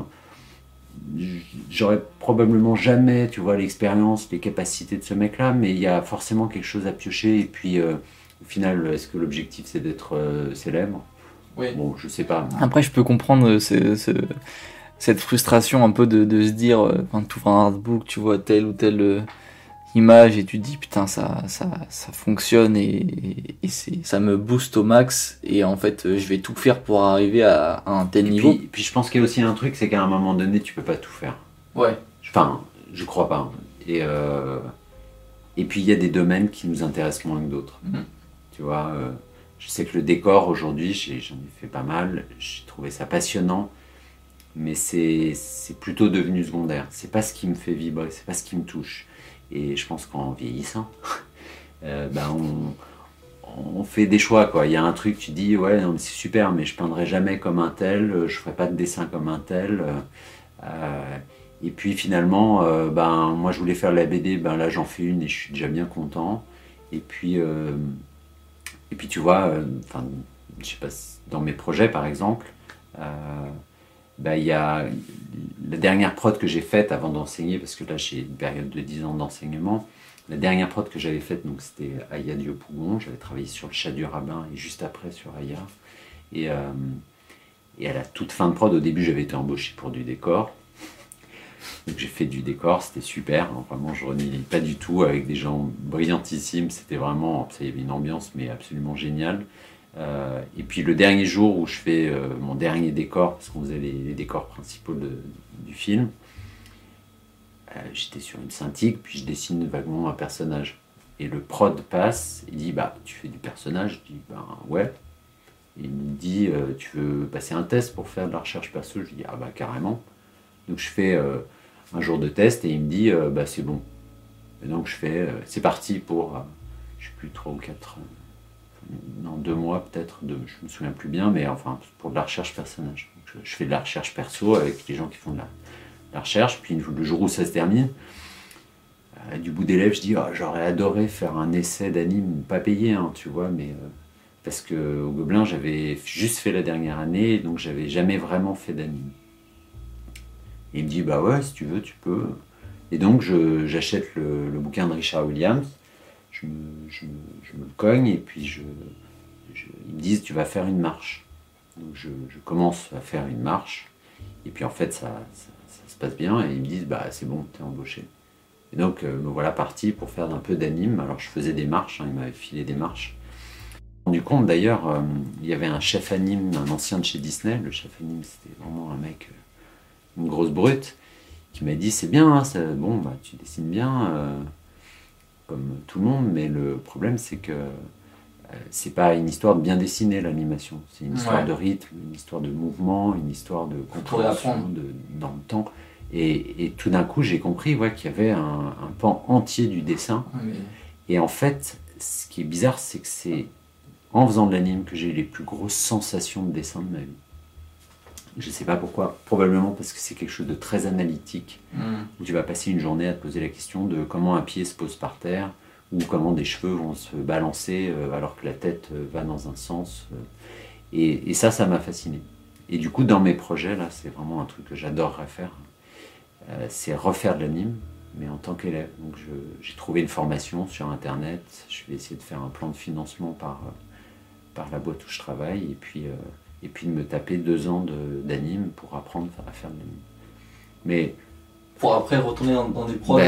j'aurais probablement jamais, tu vois, l'expérience, les capacités de ce mec-là, mais il y a forcément quelque chose à piocher. Et puis, au final, est-ce que l'objectif, c'est d'être célèbre? Oui. Bon, je sais pas. Après, je peux comprendre cette frustration un peu de se dire, quand tu ouvres un artbook, tu vois telle ou telle image et tu te dis putain ça fonctionne et ça me booste au max et en fait je vais tout faire pour arriver à un tel niveau. Puis je pense qu'il y a aussi un truc, c'est qu'à un moment donné tu peux pas tout faire. Ouais. Enfin, je crois pas. Et puis il y a des domaines qui nous intéressent moins que d'autres. Tu vois, je sais que le décor aujourd'hui, j'en ai fait pas mal, j'ai trouvé ça passionnant, mais c'est plutôt devenu secondaire. C'est pas ce qui me fait vibrer, c'est pas ce qui me touche. Et je pense qu'en vieillissant, on fait des choix, quoi. Il y a un truc, tu dis, ouais, non, mais c'est super, mais je peindrai jamais comme un tel, je ferai pas de dessin comme un tel. Et puis finalement, moi je voulais faire la BD, là j'en fais une et je suis déjà bien content. Et puis tu vois, je sais pas, dans mes projets par exemple, il y a la dernière prod que j'ai faite avant d'enseigner, parce que là j'ai une période de 10 ans d'enseignement. La dernière prod que j'avais faite, donc c'était Aya Diopougon. J'avais travaillé sur le Chat du Rabbin et juste après sur Aya. Et à la toute fin de prod, au début j'avais été embauché pour du décor. Donc j'ai fait du décor, c'était super, hein, vraiment je renie pas du tout, avec des gens brillantissimes, c'était vraiment, ça y avait une ambiance mais absolument géniale. Et puis le dernier jour où je fais mon dernier décor, parce qu'on faisait les décors principaux du film, j'étais sur une Cintiq, puis je dessine vaguement un personnage. Et le prod passe, il dit tu fais du personnage? Je dis ouais. Et il me dit tu veux passer un test pour faire de la recherche perso? Je dis carrément. Donc je fais un jour de test et il me dit c'est bon. Et donc je fais c'est parti pour je sais plus 3 ou 4 non 2 mois peut-être, je me souviens plus bien, mais enfin pour de la recherche personnage. Donc, je fais de la recherche perso avec les gens qui font de la recherche, puis le jour où ça se termine, du bout des lèvres je dis j'aurais adoré faire un essai d'anime, pas payé hein, tu vois, mais parce que au Gobelin j'avais juste fait la dernière année, donc j'avais jamais vraiment fait d'anime. Et il me dit ouais, si tu veux, tu peux. Et donc j'achète le bouquin de Richard Williams, je me le cogne, et puis ils me disent tu vas faire une marche. Donc je commence à faire une marche, et puis en fait ça se passe bien, et ils me disent c'est bon, t'es embauché. Et donc me voilà parti pour faire un peu d'anime. Alors je faisais des marches, hein, ils m'avaient filé des marches. Du compte d'ailleurs, il y avait un chef anime, un ancien de chez Disney. Le chef anime, c'était vraiment un mec, une grosse brute, qui m'a dit c'est bien, hein, tu dessines bien comme tout le monde, mais le problème c'est que c'est pas une histoire de bien dessiner l'animation, c'est une histoire de rythme, une histoire de mouvement, une histoire de compréhension dans le temps. Et tout d'un coup j'ai compris qu'il y avait un pan entier du dessin. Et en fait ce qui est bizarre, c'est que c'est en faisant de l'anime que j'ai eu les plus grosses sensations de dessin de ma vie. Je ne sais pas pourquoi, probablement parce que c'est quelque chose de très analytique, où tu vas passer une journée à te poser la question de comment un pied se pose par terre, ou comment des cheveux vont se balancer alors que la tête va dans un sens. Et ça m'a fasciné. Et du coup, dans mes projets, là, c'est vraiment un truc que j'adorerais faire. C'est refaire de l'anime, mais en tant qu'élève. Donc j'ai trouvé une formation sur Internet, je vais essayer de faire un plan de financement par la boîte où je travaille, et puis de me taper 2 ans d'anime pour apprendre à faire de l'anime. Mais pour après retourner dans des prods.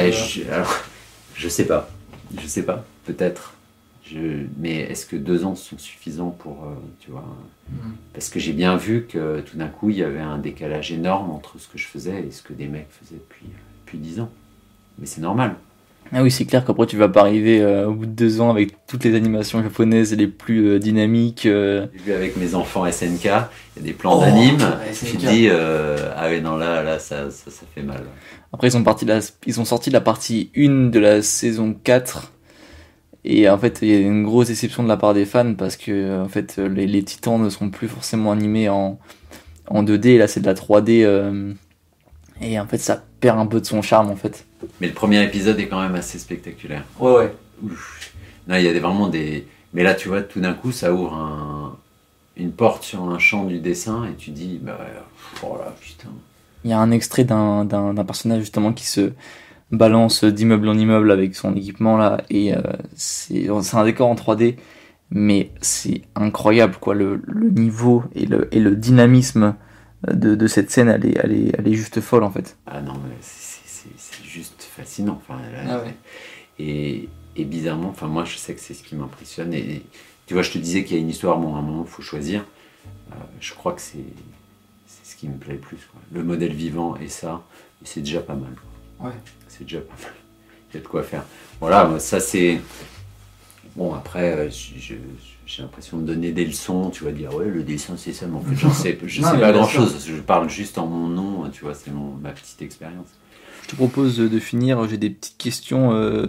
Je sais pas, peut-être. Mais est-ce que 2 ans sont suffisants pour, tu vois, parce que j'ai bien vu que tout d'un coup il y avait un décalage énorme entre ce que je faisais et ce que des mecs faisaient depuis 10 ans. Mais c'est normal. Ah oui, c'est clair qu'après tu vas pas arriver au bout de 2 ans avec toutes les animations japonaises les plus dynamiques. J'ai vu avec mes enfants SNK, il y a des plans d'anime, tu te dis là ça fait mal. Après ils ont sorti la partie 1 de la saison 4, et en fait il y a une grosse déception de la part des fans parce que en fait les titans ne sont plus forcément animés en 2D, là c'est de la 3D, et en fait ça perd un peu de son charme en fait. Mais le premier épisode est quand même assez spectaculaire. Ouais. Ouf. Non, il y a vraiment des... Mais là, tu vois, tout d'un coup, ça ouvre une porte sur un champ du dessin et tu dis, oh là, putain. Il y a un extrait d'un personnage justement qui se balance d'immeuble en immeuble avec son équipement là, et c'est un décor en 3D, mais c'est incroyable quoi, le niveau et le dynamisme de cette scène, elle est juste folle en fait. Ah non, mais c'est juste fascinant. Enfin, là, et bizarrement, moi je sais que c'est ce qui m'impressionne. Et tu vois, je te disais qu'il y a une histoire, à un moment il faut choisir. Je crois que c'est ce qui me plaît le plus, quoi. Le modèle vivant et ça, c'est déjà pas mal, quoi. Ouais. C'est déjà pas mal. Il y a de quoi faire. Voilà, ça c'est... Bon, après, j'ai l'impression de donner des leçons, tu vas dire, le dessin c'est ça, mais en fait je sais pas grand chose, je parle juste en mon nom, tu vois, c'est ma petite expérience. Je te propose de finir, j'ai des petites questions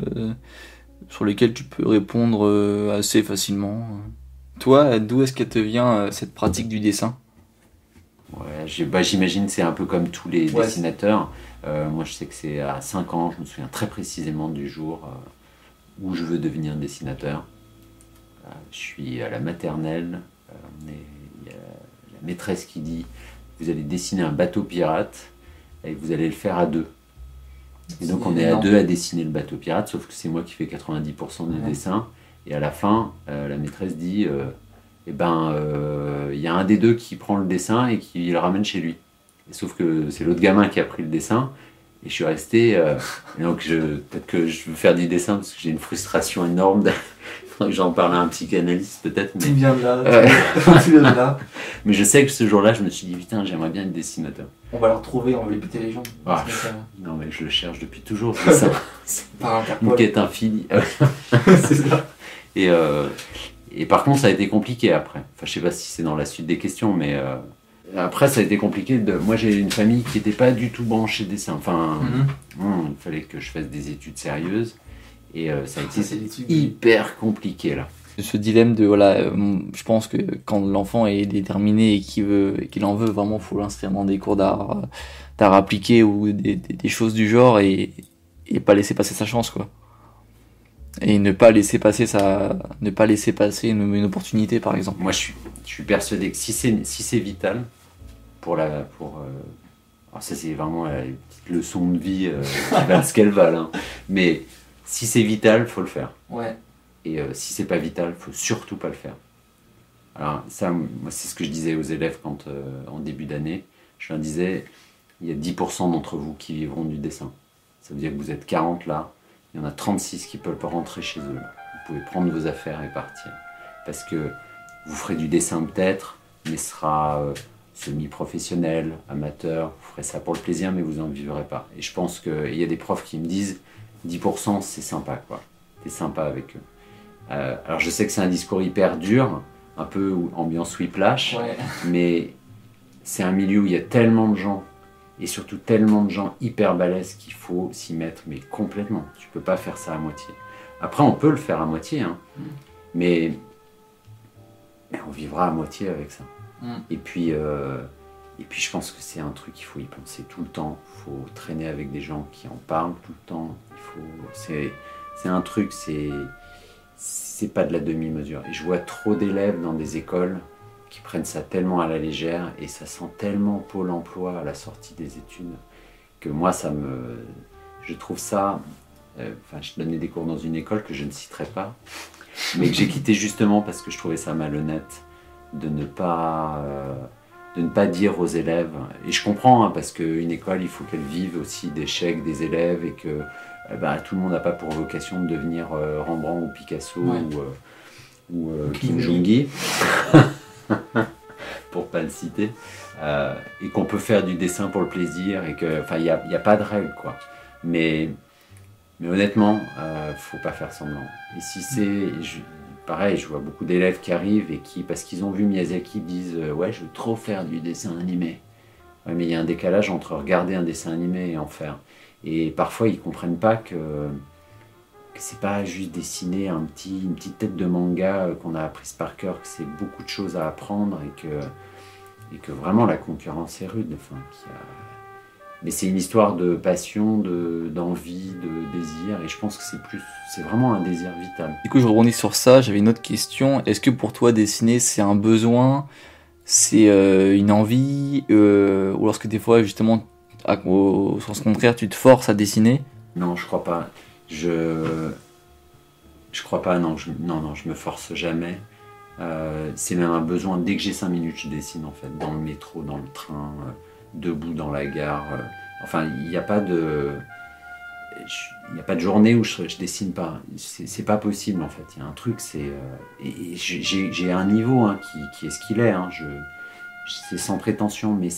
sur lesquelles tu peux répondre assez facilement. Toi, d'où est-ce qu'elle te vient cette pratique du dessin ? Ouais, j'imagine que c'est un peu comme tous les dessinateurs. Moi je sais que c'est à 5 ans, je me souviens très précisément du jour où je veux devenir dessinateur. Je suis à la maternelle, Il y a la maîtresse qui dit vous allez dessiner un bateau pirate et vous allez le faire à 2. Et donc on est à 2 à dessiner le bateau pirate, sauf que c'est moi qui fais 90% du dessin. Et à la fin, la maîtresse dit il y a un des deux qui prend le dessin et qui le ramène chez lui. Et sauf que c'est l'autre gamin qui a pris le dessin. Et je suis resté. Et donc peut-être que je veux faire du dessin parce que j'ai une frustration énorme. J'en parle à un psychanalyste peut-être. Tu viens de là. Tu viens de là. Mais je sais que ce jour-là, je me suis dit putain, j'aimerais bien être dessinateur. On va le retrouver, on va lui péter les jambes. Ah, non mais je le cherche depuis toujours. C'est ça. Par Interpol. Une quête infinie. C'est ça. Et par contre, ça a été compliqué après. Enfin, je sais pas si c'est dans la suite des questions, mais après, ça a été compliqué. Moi, j'ai une famille qui n'était pas du tout branchée dessin. Enfin, il fallait que je fasse des études sérieuses. Et ça a été hyper compliqué, là. Ce dilemme de, je pense que quand l'enfant est déterminé et qu'il en veut, vraiment, il faut l'inscrire dans des cours d'art appliqué ou des choses du genre et pas laisser passer sa chance, quoi. Et ne pas laisser passer une opportunité, par exemple. Moi, je suis persuadé que si c'est vital alors ça c'est vraiment la petite leçon de vie qui valent ce qu'elles valent, hein. Mais si c'est vital, faut le faire. Ouais. Et si c'est pas vital, faut surtout pas le faire. Alors ça, moi, c'est ce que je disais aux élèves quand en début d'année, je leur disais, il y a 10% d'entre vous qui vivront du dessin. Ça veut dire que vous êtes 40 là. Il y en a 36 qui peuvent rentrer chez eux. Vous pouvez prendre vos affaires et partir. Parce que vous ferez du dessin peut-être, mais ce sera semi-professionnel, amateur. Vous ferez ça pour le plaisir, mais vous n'en vivrez pas. Et je pense qu'il y a des profs qui me disent 10% c'est sympa, quoi. T'es sympa avec eux. Alors je sais que c'est un discours hyper dur, un peu ambiance whiplash, Ouais. Mais c'est un milieu où il y a tellement de gens. Et surtout tellement de gens hyper balèzes qu'il faut s'y mettre, mais complètement. Tu peux pas faire ça à moitié. Après, on peut le faire à moitié, hein, mais on vivra à moitié avec ça. Et puis, je pense que c'est un truc, il faut y penser tout le temps. Il faut traîner avec des gens qui en parlent tout le temps. C'est un truc, c'est pas de la demi-mesure. Et je vois trop d'élèves dans des écoles qui prennent ça tellement à la légère et ça sent tellement Pôle emploi à la sortie des études que moi je trouve ça je donnais des cours dans une école que je ne citerai pas mais que j'ai quitté justement parce que je trouvais ça malhonnête de ne pas dire aux élèves, et je comprends, hein, parce qu'une école il faut qu'elle vive aussi d'échecs des élèves et que tout le monde n'a pas pour vocation de devenir Rembrandt ou Picasso, ouais, ou Kim Jong-il pour pas le citer, et qu'on peut faire du dessin pour le plaisir et que, il y a pas de règle, quoi. Mais honnêtement, faut pas faire semblant. Et si c'est, pareil, je vois beaucoup d'élèves qui arrivent et qui, parce qu'ils ont vu Miyazaki, disent ouais, je veux trop faire du dessin animé. Ouais, mais il y a un décalage entre regarder un dessin animé et en faire. Et parfois, ils comprennent pas que c'est pas juste dessiner une petite tête de manga qu'on a apprise par cœur, que c'est beaucoup de choses à apprendre et que vraiment la concurrence est rude. Mais c'est une histoire de passion, d'envie, de désir, et je pense que c'est vraiment un désir vital. Du coup, je rebondis sur ça, j'avais une autre question. Est-ce que pour toi, dessiner, c'est un besoin, c'est une envie, ou lorsque des fois, justement, au sens contraire, tu te forces à dessiner? Non, je crois pas. Je crois pas, non, je me force jamais. C'est même un besoin, dès que j'ai 5 minutes, je dessine en fait, dans le métro, dans le train, debout dans la gare. Il n'y a pas de journée où je dessine pas. C'est pas possible en fait. Il y a un truc, et j'ai un niveau, hein, qui est ce qu'il est. Hein. C'est sans prétention, mais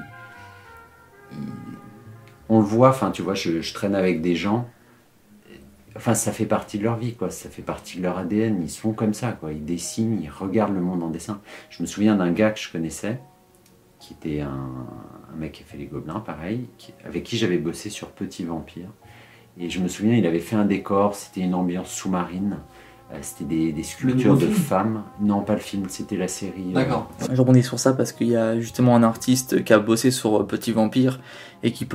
on le voit. Enfin, tu vois, je traîne avec des gens. Enfin, ça fait partie de leur vie, quoi. Ça fait partie de leur ADN. Ils sont comme ça, quoi. Ils dessinent, ils regardent le monde en dessin. Je me souviens d'un gars que je connaissais, qui était un mec qui a fait les Gobelins, pareil, avec qui j'avais bossé sur Petit Vampire. Et je me souviens, il avait fait un décor, c'était une ambiance sous-marine. C'était des sculptures de femmes. Non, pas le film, c'était la série. D'accord. Je rebondis sur ça parce qu'il y a justement un artiste qui a bossé sur Petit Vampire et qui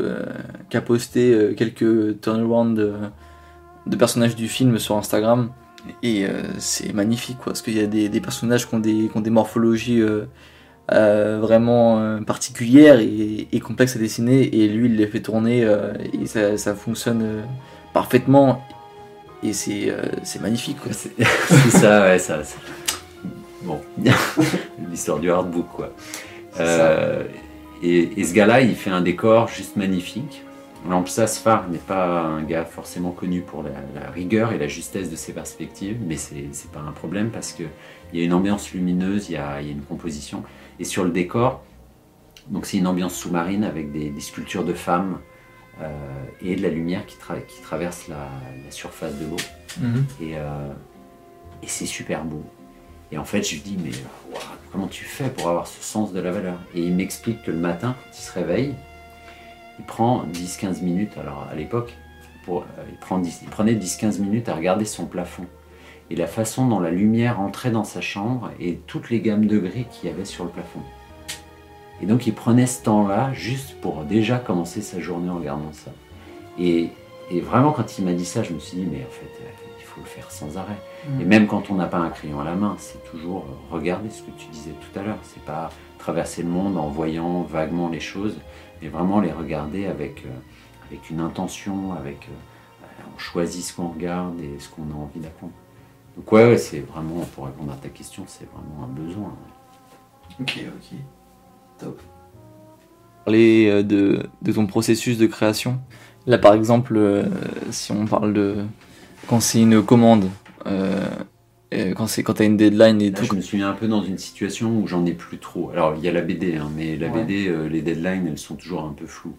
a posté quelques turnarounds de personnages du film sur Instagram. Et c'est magnifique, quoi, parce qu'il y a des personnages qui ont des morphologies vraiment particulières et complexes à dessiner, et lui il les fait tourner et ça fonctionne parfaitement, et c'est magnifique, quoi. C'est ça, ouais, ça. Bon, l'histoire du hardbook, quoi. Et ce gars-là, il fait un décor juste magnifique. Alors, ça, Sfar n'est pas un gars forcément connu pour la rigueur et la justesse de ses perspectives, mais c'est pas un problème parce qu'il y a une ambiance lumineuse, il y a une composition. Et sur le décor, donc c'est une ambiance sous-marine avec des sculptures de femmes et de la lumière qui traverse la surface de l'eau. Et c'est super beau. Et en fait, je lui dis, mais wow, comment tu fais pour avoir ce sens de la valeur? Et il m'explique que le matin, quand il se réveille, il prend 10-15 minutes, alors à l'époque, il prenait 10-15 minutes à regarder son plafond. Et la façon dont la lumière entrait dans sa chambre et toutes les gammes de gris qu'il y avait sur le plafond. Et donc il prenait ce temps-là juste pour déjà commencer sa journée en regardant ça. Et vraiment, quand il m'a dit ça, je me suis dit, mais en fait, il faut le faire sans arrêt. Et même quand on n'a pas un crayon à la main, c'est toujours regarder ce que tu disais tout à l'heure. C'est pas traverser le monde en voyant vaguement les choses, mais vraiment les regarder avec une intention, on choisit ce qu'on regarde et ce qu'on a envie d'apprendre. Donc ouais, c'est vraiment, pour répondre à ta question, c'est vraiment un besoin. Ouais. Ok, top. Parler de ton processus de création. Là, par exemple, si on parle de quand c'est une commande, quand tu as une deadline et Là, tout. je me suis mis un peu dans une situation où j'en ai plus trop. Alors, il y a la BD, hein, mais la BD, les deadlines, elles sont toujours un peu floues.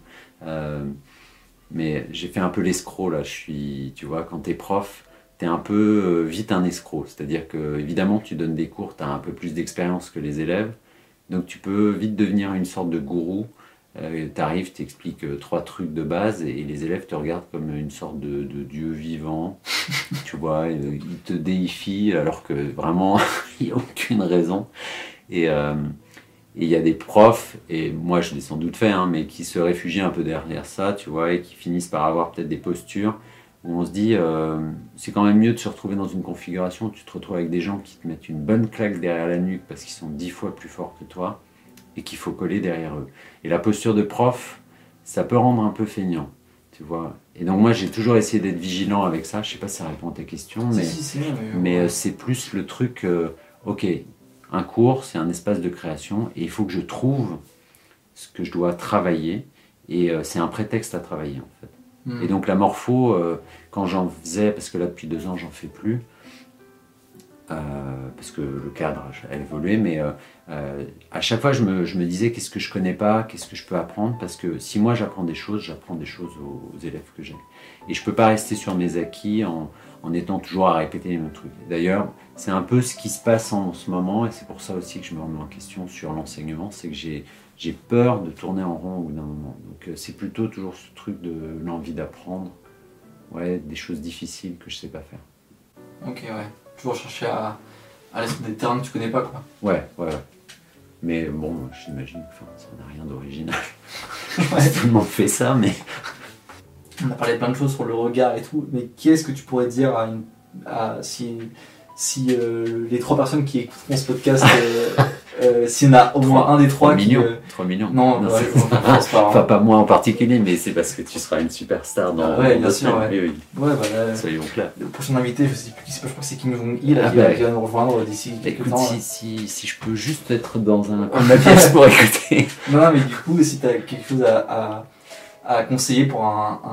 Mais j'ai fait un peu l'escroc, là. Tu vois, quand t'es prof, t'es un peu vite un escroc. C'est-à-dire que, évidemment, tu donnes des cours, t'as un peu plus d'expérience que les élèves. Donc, tu peux vite devenir une sorte de gourou. T'arrives, t'expliques 3 trucs de base et les élèves te regardent comme une sorte de dieu vivant. Tu vois, ils te déifient alors que vraiment, il n'y a aucune raison. Et il y a des profs, et moi je l'ai sans doute fait, hein, mais qui se réfugient un peu derrière ça, tu vois, et qui finissent par avoir peut-être des postures où on se dit, c'est quand même mieux de se retrouver dans une configuration où tu te retrouves avec des gens qui te mettent une bonne claque derrière la nuque parce qu'ils sont 10 fois plus forts que toi et qu'il faut coller derrière eux. Et la posture de prof, ça peut rendre un peu feignant, tu vois. Et donc moi j'ai toujours essayé d'être vigilant avec ça, je sais pas si ça répond à ta question, mais c'est plus le truc, ok, un cours c'est un espace de création et il faut que je trouve ce que je dois travailler et c'est un prétexte à travailler en fait. Et donc la morpho, quand j'en faisais, parce que là depuis 2 ans j'en fais plus, parce que le cadre a évolué, mais à chaque fois je me disais qu'est-ce que je connais pas, qu'est-ce que je peux apprendre, parce que si moi j'apprends des choses aux élèves que j'ai. Et je peux pas rester sur mes acquis en étant toujours à répéter les mêmes trucs. D'ailleurs, c'est un peu ce qui se passe en ce moment, et c'est pour ça aussi que je me remets en question sur l'enseignement, c'est que j'ai peur de tourner en rond au bout d'un moment. Donc c'est plutôt toujours ce truc de l'envie d'apprendre, des choses difficiles que je sais pas faire. Ok, ouais. Toujours chercher à aller sur des terrains que tu connais pas, quoi. Ouais. Mais bon, j'imagine que ça n'a rien d'original. Tout le monde fait ça, mais... On a parlé de plein de choses sur le regard et tout, mais qu'est-ce que tu pourrais dire si les 3 personnes qui écouteront ce podcast, s'il y en a au moins un des 3 qui... 3 millions. Non, je pense pas. Enfin, pas moi en particulier, mais c'est parce que tu seras une superstar dans... bien sûr, ouais. Oui. Ouais, bah là, soyons clairs. Le prochain invité, je sais plus qui c'est, je crois que c'est Kim Jong-il qui va nous rejoindre d'ici quelques temps. Si je peux juste être dans un coin de la pièce pour écouter. Non, mais du coup, si tu as quelque chose à conseiller pour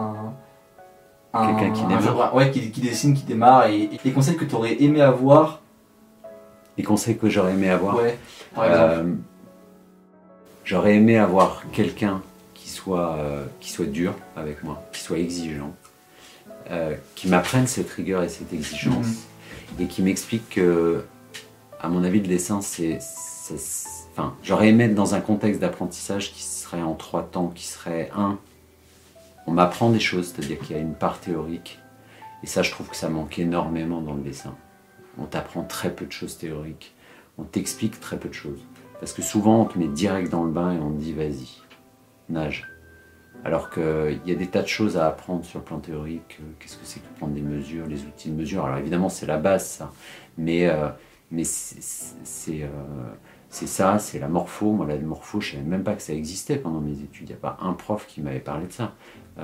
quelqu'un qui démarre. Qui dessine, qui démarre, et les conseils que tu aurais aimé avoir. Les conseils que j'aurais aimé avoir. Ouais, par exemple. J'aurais aimé avoir quelqu'un qui soit dur avec moi, qui soit exigeant, qui m'apprenne cette rigueur et cette exigence, et qui m'explique que, à mon avis, le dessin, j'aurais aimé être dans un contexte d'apprentissage qui serait en 3 temps, qui serait on m'apprend des choses, c'est-à-dire qu'il y a une part théorique, et ça, je trouve que ça manque énormément dans le dessin. On t'apprend très peu de choses théoriques, on t'explique très peu de choses. Parce que souvent, on te met direct dans le bain et on te dit, vas-y, nage. Alors qu'il y a des tas de choses à apprendre sur le plan théorique. Qu'est-ce que c'est que prendre des mesures, les outils de mesure. Alors évidemment, c'est la base, ça. Mais c'est ça, c'est la morpho. Moi, la morpho, je ne savais même pas que ça existait pendant mes études. Il n'y a pas un prof qui m'avait parlé de ça.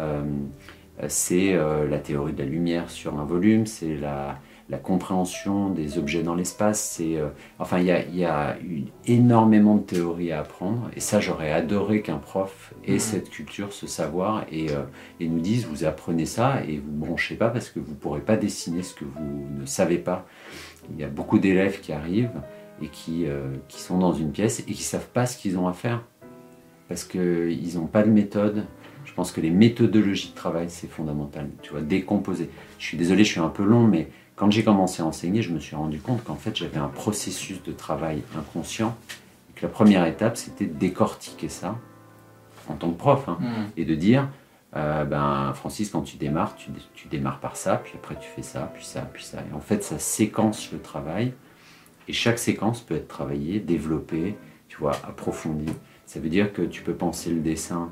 C'est la théorie de la lumière sur un volume, c'est la compréhension des objets dans l'espace. Enfin, il y a énormément de théories à apprendre. Et ça, j'aurais adoré qu'un prof ait cette culture, ce savoir, et nous dise, vous apprenez ça et vous ne branchez pas parce que vous ne pourrez pas dessiner ce que vous ne savez pas. Il y a beaucoup d'élèves qui arrivent et qui sont dans une pièce et qui ne savent pas ce qu'ils ont à faire parce qu'ils n'ont pas de méthode. Je pense que les méthodologies de travail, c'est fondamental. Tu vois, décomposer. Je suis désolé, je suis un peu long, mais quand j'ai commencé à enseigner, je me suis rendu compte qu'en fait, j'avais un processus de travail inconscient. Et que la première étape, c'était de décortiquer ça en tant que prof, et de dire, Francis, quand tu démarres, tu démarres par ça, puis après tu fais ça, puis ça, puis ça. Et en fait, ça séquence le travail. Et chaque séquence peut être travaillée, développée, tu vois, approfondie. Ça veut dire que tu peux penser le dessin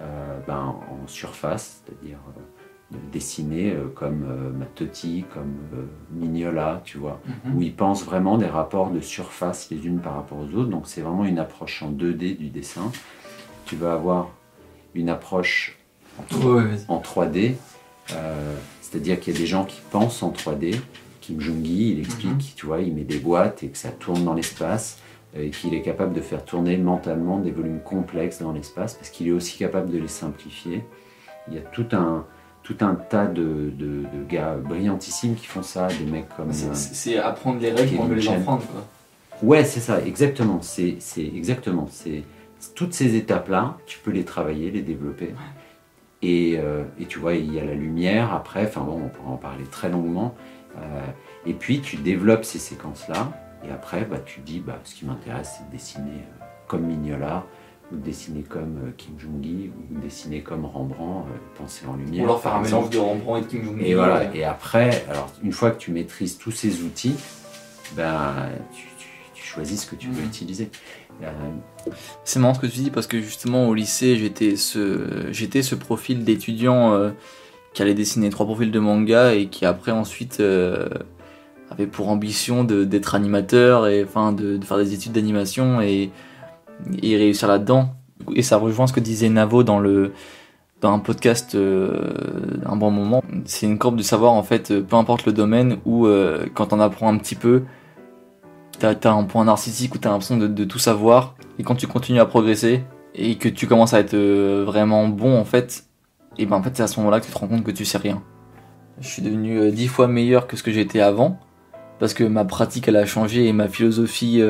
en surface, c'est-à-dire dessiner comme Mattotti, comme Mignola, tu vois, où ils pensent vraiment des rapports de surface les unes par rapport aux autres. Donc c'est vraiment une approche en 2D du dessin. Tu vas avoir une approche en 3D, c'est-à-dire qu'il y a des gens qui pensent en 3D. Kim Jong-gi, il explique, tu vois, il met des boîtes et que ça tourne dans l'espace. Et qu'il est capable de faire tourner mentalement des volumes complexes dans l'espace, parce qu'il est aussi capable de les simplifier. Il y a tout un tas de gars brillantissimes qui font ça, des mecs comme... C'est apprendre les règles pour mieux les apprendre, quoi. Ouais, c'est ça, exactement. C'est exactement. Toutes ces étapes-là, tu peux les travailler, les développer. Ouais. Et tu vois, il y a la lumière, après, enfin bon, on pourra en parler très longuement. Et puis, tu développes ces séquences-là. Et après, tu dis, ce qui m'intéresse, c'est de dessiner comme Mignola, ou de dessiner comme Kim Jong-gi, ou de dessiner comme Rembrandt, penser en lumière. Ou alors faire un mélange de Rembrandt et de Kim Jong-gi. Et voilà. Et après, alors, une fois que tu maîtrises tous ces outils, tu choisis ce que tu veux utiliser. C'est marrant ce que tu dis, parce que justement, au lycée, j'étais ce profil d'étudiant qui allait dessiner 3 profils de manga et qui après, ensuite... avait pour ambition d'être animateur et enfin de faire des études d'animation et réussir là-dedans. Et ça rejoint ce que disait Navo dans un podcast un bon moment. C'est une courbe de savoir, en fait, peu importe le domaine, où quand on apprend un petit peu, t'as un point narcissique où t'as l'impression de tout savoir, et quand tu continues à progresser et que tu commences à être vraiment bon, en fait, et en fait c'est à ce moment-là que tu te rends compte que tu sais rien. Je suis devenu 10 fois meilleur que ce que j'étais avant, parce que ma pratique elle a changé et ma philosophie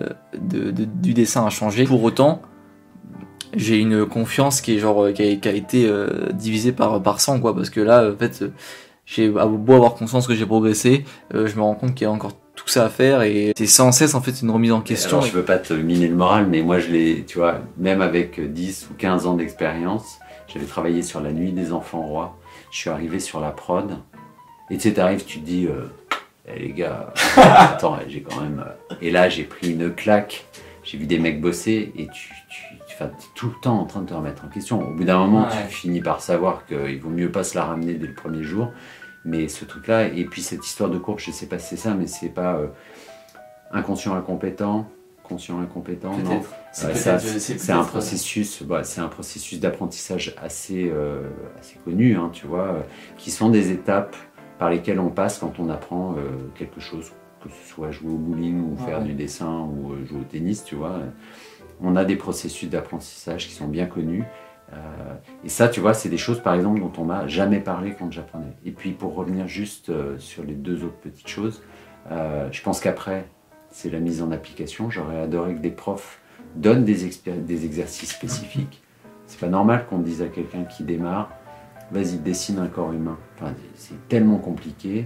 du dessin a changé. Pour autant, j'ai une confiance qui a été divisée par 100, quoi, parce que là, en fait, j'ai beau avoir conscience que j'ai progressé, je me rends compte qu'il y a encore tout ça à faire et c'est sans cesse en fait une remise en question. Alors, je veux pas te miner le moral, mais moi tu vois, même avec 10 ou 15 ans d'expérience, j'avais travaillé sur La Nuit des Enfants Rois, je suis arrivé sur la prod, et tu sais, t'arrives, tu te dis... les gars, attends, j'ai quand même... Et là, j'ai pris une claque, j'ai vu des mecs bosser, et tu es tout le temps en train de te remettre en question. Au bout d'un moment, tu finis par savoir qu'il vaut mieux pas se la ramener dès le premier jour, mais ce truc-là, et puis cette histoire de courbe, je sais pas si c'est ça, mais c'est pas inconscient incompétent, conscient incompétent, non. C'est un processus, c'est un processus d'apprentissage assez connu, hein, tu vois, qui sont des étapes par lesquelles on passe quand on apprend quelque chose, que ce soit jouer au bowling ou faire du dessin ou jouer au tennis, tu vois. On a des processus d'apprentissage qui sont bien connus. Et ça, tu vois, c'est des choses, par exemple, dont on m'a jamais parlé quand j'apprenais. Et puis, pour revenir juste sur les 2 autres petites choses, je pense qu'après, c'est la mise en application. J'aurais adoré que des profs donnent des exercices spécifiques. C'est pas normal qu'on dise à quelqu'un qui démarre, vas-y, dessine un corps humain. Enfin, c'est tellement compliqué,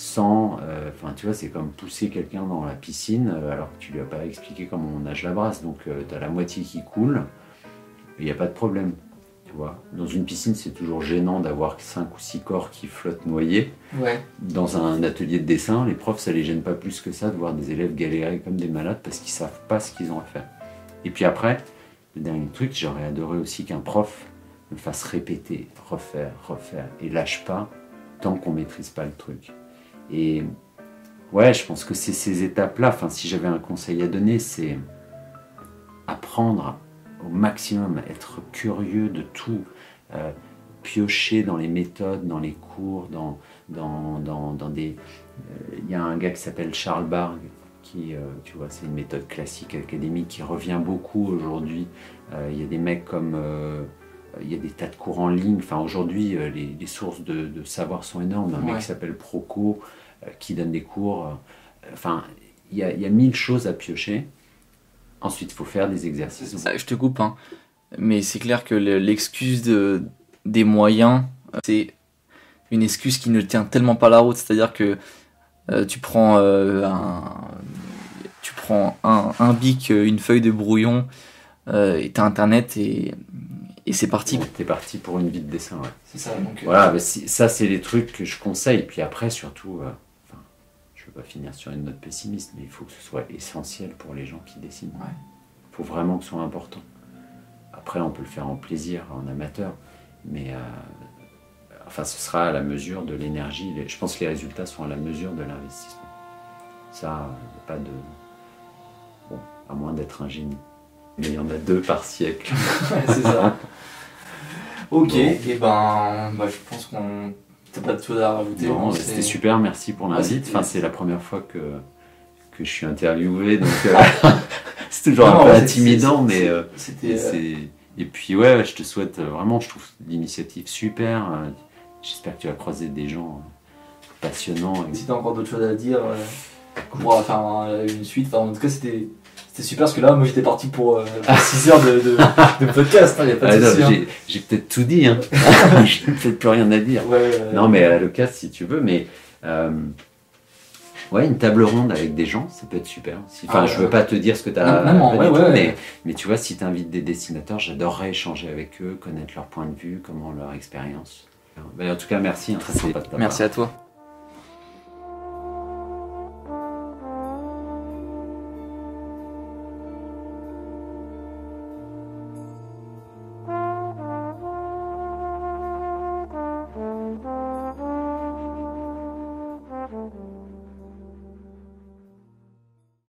tu vois, c'est comme pousser quelqu'un dans la piscine alors que tu lui as pas expliqué comment on nage la brasse. Donc, tu as la moitié qui coule, il n'y a pas de problème. Tu vois. Dans une piscine, c'est toujours gênant d'avoir 5 ou 6 corps qui flottent noyés. Ouais. Dans un atelier de dessin, les profs, ça les gêne pas plus que ça de voir des élèves galérer comme des malades parce qu'ils savent pas ce qu'ils ont à faire. Et puis après, le dernier truc, j'aurais adoré aussi qu'un prof le fasse répéter, refaire, et lâche pas tant qu'on maîtrise pas le truc. Et ouais, je pense que c'est ces étapes-là, enfin si j'avais un conseil à donner, c'est apprendre au maximum, être curieux de tout, piocher dans les méthodes, dans les cours, dans des... Il y a un gars qui s'appelle Charles Bargue, qui, tu vois, c'est une méthode classique académique qui revient beaucoup aujourd'hui. Il y a des mecs comme... il y a des tas de cours en ligne. Enfin, aujourd'hui, les sources de savoir sont énormes. Un mec qui s'appelle Proco, qui donne des cours. Enfin, il y a 1000 choses à piocher. Ensuite, il faut faire des exercices. Je te coupe, hein. Mais c'est clair que l'excuse des moyens, c'est une excuse qui ne tient tellement pas la route. C'est-à-dire que tu prends un bic, une feuille de brouillon, et t'as internet et c'est parti. T'es parti pour une vie de dessin, ouais. C'est ça, donc... Voilà, ça c'est les trucs que je conseille. Puis après, surtout, je ne veux pas finir sur une note pessimiste, mais il faut que ce soit essentiel pour les gens qui dessinent. Ouais. Il faut vraiment que ce soit important. Après, on peut le faire en plaisir, en amateur, mais ce sera à la mesure de l'énergie. Je pense que les résultats sont à la mesure de l'investissement. Ça, il n'y a pas de... Bon, à moins d'être un génie. Mais il y en a 2 par siècle. C'est ça. Ok, bon. Et je pense qu'on... T'as pas de choses à rajouter. Non, c'était super, merci pour l'invite. C'est la première fois que je suis interviewé, donc c'est toujours un peu intimidant, mais et puis ouais, je te souhaite vraiment, je trouve l'initiative super. J'espère que tu vas croiser des gens passionnants. Si t'as encore d'autres choses à dire, qu'on pourra faire une suite. Enfin, en tout cas, c'était super parce que là, moi j'étais parti pour 6 heures de podcast. Y a pas de souci, j'ai peut-être tout dit, hein. J'ai peut-être plus rien à dire. Non, mais à l'occasion, si tu veux, mais ouais, une table ronde avec des gens, ça peut être super. Enfin, je veux pas te dire ce que tu as mais tu vois, si tu invites des dessinateurs, j'adorerais échanger avec eux, connaître leur point de vue, comment leur expérience. En tout cas, merci. Merci à toi.